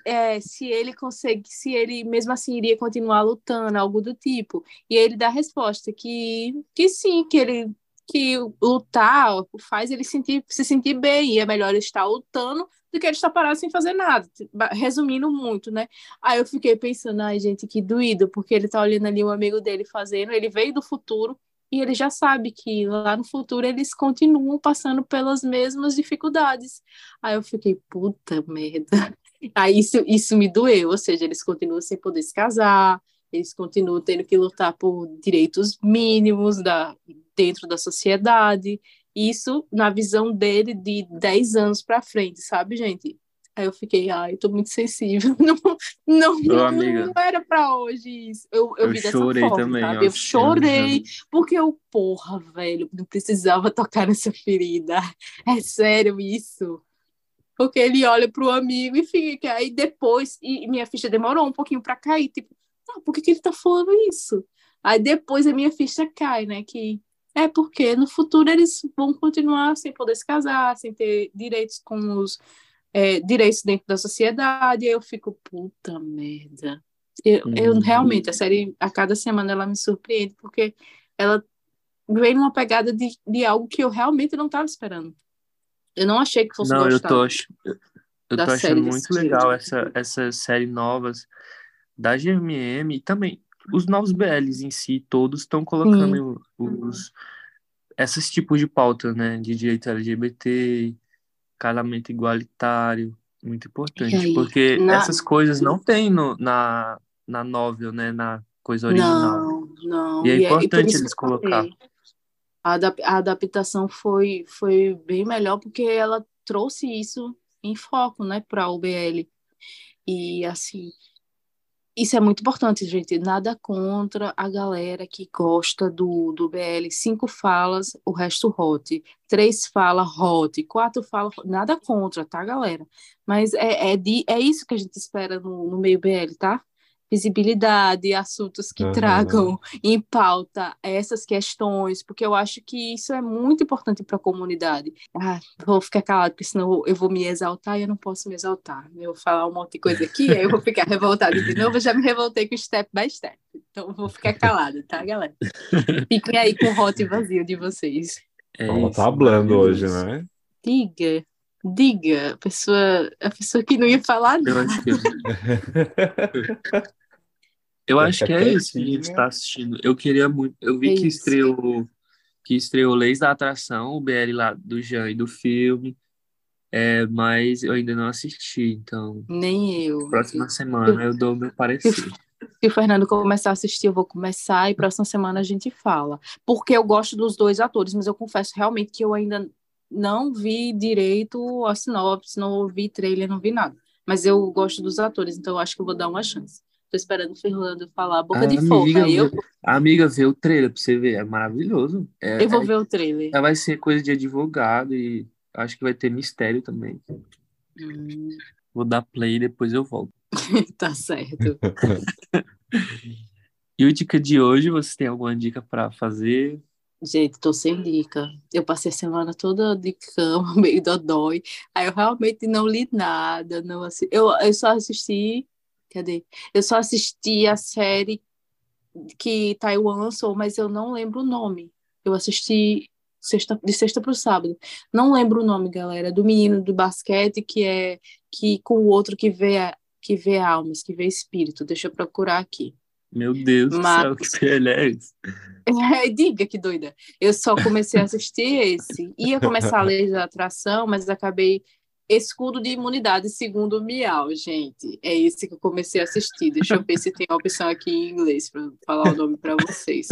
Se ele mesmo assim iria continuar lutando, algo do tipo. E ele dá a resposta que sim, que ele que lutar faz ele se sentir bem, e é melhor ele estar lutando do que ele estar parado sem fazer nada, resumindo muito, né? Aí eu fiquei pensando, ai, gente, que doído, porque ele tá olhando ali o amigo dele fazendo, ele veio do futuro, e ele já sabe que lá no futuro eles continuam passando pelas mesmas dificuldades. Aí eu fiquei, puta merda. Aí isso me doeu, ou seja, eles continuam sem poder se casar, eles continuam tendo que lutar por direitos mínimos dentro da sociedade. Isso na visão dele de 10 anos para frente, sabe, gente? Aí eu fiquei, ai, tô muito sensível. Não era pra hoje isso. Eu vi dessa chorei forma, também, sabe? Eu chorei, porque porra, velho, não precisava tocar nessa ferida. É sério isso. Porque ele olha pro amigo e fica. Aí depois, e minha ficha demorou um pouquinho pra cair. Tipo, por que ele tá falando isso? Aí depois a minha ficha cai, né? Que é porque no futuro eles vão continuar sem poder se casar, sem ter direitos com os direitos dentro da sociedade. Aí eu fico, puta merda. Eu realmente, a série, a cada semana ela me surpreende, porque ela vem numa pegada de algo que eu realmente não estava esperando. Eu não achei que fosse gostar. Eu tô achando muito legal essas séries novas da GMM e também os novos BLs em si, todos estão colocando esses tipos de pauta, né? De direito LGBT, casamento igualitário, muito importante, porque essas coisas não tem na novel, né? Na coisa original. Não. E é importante eles colocar. A adaptação foi bem melhor porque ela trouxe isso em foco, né, para o BL. E, assim, isso é muito importante, gente. Nada contra a galera que gosta do BL. 5 falas, o resto hot. 3 falas hot. 4 falas hot. Nada contra, tá, galera? Mas é isso que a gente espera no meio BL, tá? Visibilidade, assuntos que tragam em pauta essas questões, porque eu acho que isso é muito importante para a comunidade. Vou ficar calado, porque senão eu vou me exaltar e eu não posso me exaltar. Eu vou falar um monte de coisa aqui, aí eu vou ficar revoltada de novo. Eu já me revoltei com Step by Step, então eu vou ficar calada, tá, galera? Fiquem aí com o hot vazio de vocês. Tá hablando hoje, né? Diga, a pessoa que não ia falar nada. Eu acho que é isso que a gente está assistindo. Eu queria muito. Eu vi que estreou Leis da Atração, o BL lá do Jean e do filme, mas eu ainda não assisti, então. Nem eu. Próxima semana eu dou o meu parecer. Se o Fernando começar a assistir, eu vou começar, e próxima semana a gente fala. Porque eu gosto dos 2 atores, mas eu confesso realmente que eu ainda não vi direito a sinopse, não vi trailer, não vi nada. Mas eu gosto dos atores, então eu acho que eu vou dar uma chance. Tô esperando o Fernando falar boca de forra. Amiga, vê o trailer pra você ver, é maravilhoso. Eu vou ver o trailer. Vai ser coisa de advogado e acho que vai ter mistério também. Vou dar play e depois eu volto. Tá certo. E o dica de hoje, você tem alguma dica para fazer? Gente, tô sem dica. Eu passei a semana toda de cama, meio dodói. Aí eu realmente não li nada. Eu só assisti... Cadê? Eu só assisti a série que Taiwan lançou, mas eu não lembro o nome. Eu assisti de sexta para o sábado. Não lembro o nome, galera. Do menino do basquete que com o outro que vê almas, que vê espírito. Deixa eu procurar aqui. Meu Deus do céu, que PL é esse? Diga, que doida. Eu só comecei a assistir esse. Ia começar a Lei da Atração, mas acabei Escudo de Imunidade, segundo o Miau, gente. É esse que eu comecei a assistir. Deixa eu ver se tem a opção aqui em inglês para falar o nome para vocês.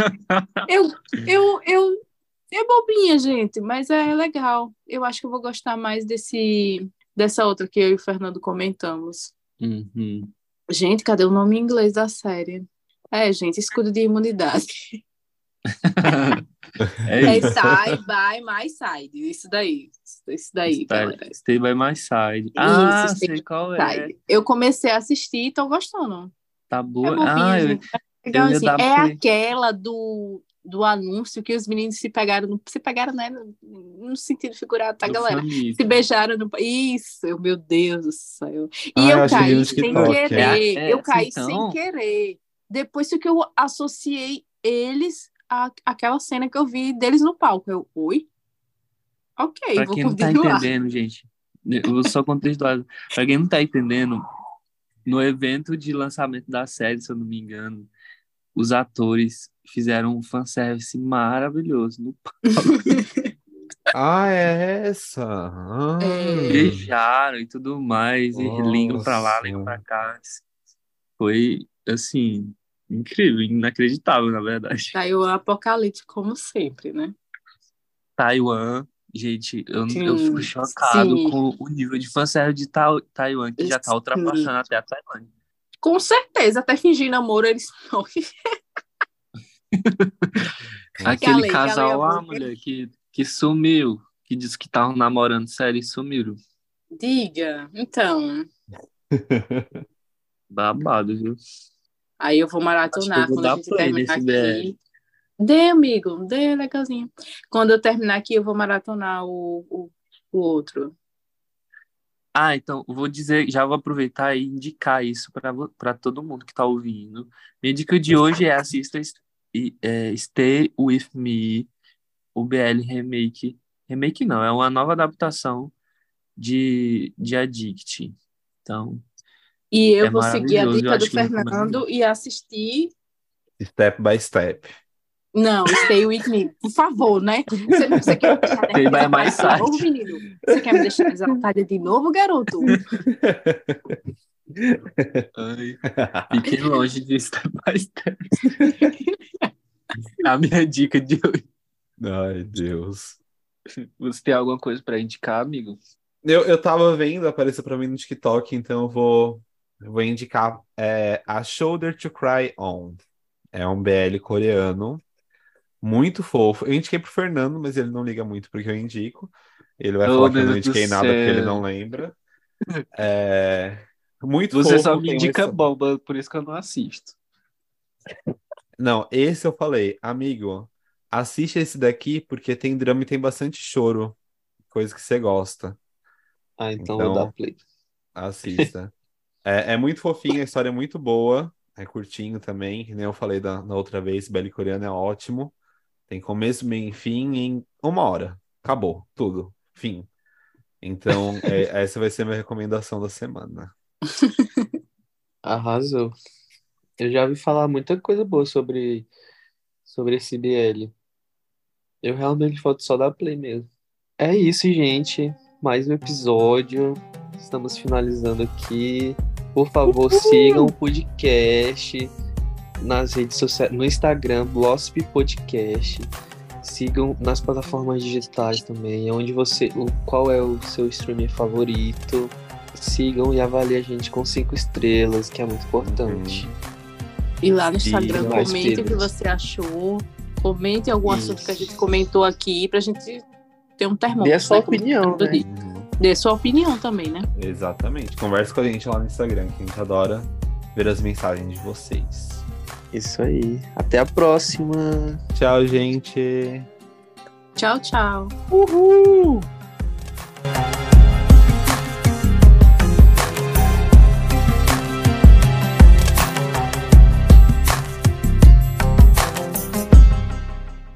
É bobinha, gente, mas é legal. Eu acho que eu vou gostar mais dessa outra que eu e o Fernando comentamos. Gente, cadê o nome em inglês da série? Gente, Escudo de Imunidade. Stay by my side. Isso daí, galera. Stay by my side. Sei qual é. Eu comecei a assistir e tô gostando. Tá boa. É bobinha, gente. Legal, assim. Aquela do anúncio que os meninos se pegaram, né, no sentido figurado, tá, galera? Família. Se beijaram no... Isso, meu Deus do céu. E eu caí sem querer. Sem querer. Depois que eu associei eles aquela cena que eu vi deles no palco. Eu, oi? Ok, Pra vou quem não tá continuar. entendendo, gente, eu vou só contextualizar. Pra quem não tá entendendo, no evento de lançamento da série, se eu não me engano, os atores fizeram um fanservice maravilhoso no palco. Ah, é essa? Beijaram e tudo mais, e ligam pra lá, Nossa. ligam pra cá. Foi, assim, incrível, inacreditável, na verdade. Saiu o Apocalipse, como sempre, né? Taiwan, gente, eu fico Sim, chocado sim, com o nível de fanservice de Taiwan, que já tá sim. ultrapassando até a Tailândia. Com certeza, até fingir namoro, eles não. Aquele Calei a casal lá, boca. mulher, que sumiu, que disse que estavam namorando sério e sumiram. Diga, então. Babado, viu? Aí eu vou Acho que eu maratonar vou quando a dar gente play terminar nesse BL. aqui. Dê, amigo, dê, legalzinho. Quando eu terminar aqui, eu vou maratonar o outro. Ah, então, vou dizer, já vou aproveitar e indicar isso para todo mundo que tá ouvindo. Minha dica de hoje é assista Stay With Me, o BL Remake. Remake não, é uma nova adaptação de Addict. Então, E eu é vou seguir a maravilhoso, eu dica do acho que eu recomendo Fernando muito. e assistir. Step by step. Não, Stay With Me, por favor, né? Você quer me deixar Stay by my desacreditada de novo, side. menino? Você quer me deixar exaltada de novo, garoto? Ai, fiquem longe de Step by Step. A minha dica de hoje. Ai, Deus. Você tem alguma coisa para indicar, amigo? Eu tava vendo, apareceu pra mim no TikTok, então eu vou indicar A Shoulder to Cry On. É um BL coreano, muito fofo. Eu indiquei pro Fernando, mas ele não liga muito porque eu indico. Ele vai Oh, falar que eu meu não Deus do indiquei nada porque ele céu. não lembra. É muito Você só fofo, me tem uma indica bomba, por isso que eu não assisto. Não, esse eu falei, amigo, assiste esse daqui porque tem drama e tem bastante choro, coisa que você gosta. Ah, então vou dar Então, play. assista. É muito fofinho, a história é muito boa, é curtinho também, que nem eu falei da outra vez, BL coreano é ótimo. Tem começo, meio e fim em 1 hora. Acabou, tudo, fim. Então, essa vai ser a minha recomendação da semana. Arrasou. Eu já ouvi falar muita coisa boa sobre esse BL. Eu realmente falta só dar play mesmo. É isso, gente. Mais um episódio. Estamos finalizando aqui. Por favor, sigam o podcast nas redes sociais, no Instagram, Blosp Podcast. Sigam nas plataformas digitais também, qual é o seu streamer favorito. Sigam e avaliem a gente com 5 estrelas, que é muito importante. E lá no Instagram, mais comente o que temas. você achou. Comente algum assunto que a gente comentou aqui pra gente ter um termômetro. Dê a sua né? opinião, né? Dê sua opinião também, né? Exatamente. Converse com a gente lá no Instagram, que a gente adora ver as mensagens de vocês. Isso aí. Até a próxima. Tchau, gente. Tchau, tchau. Uhul!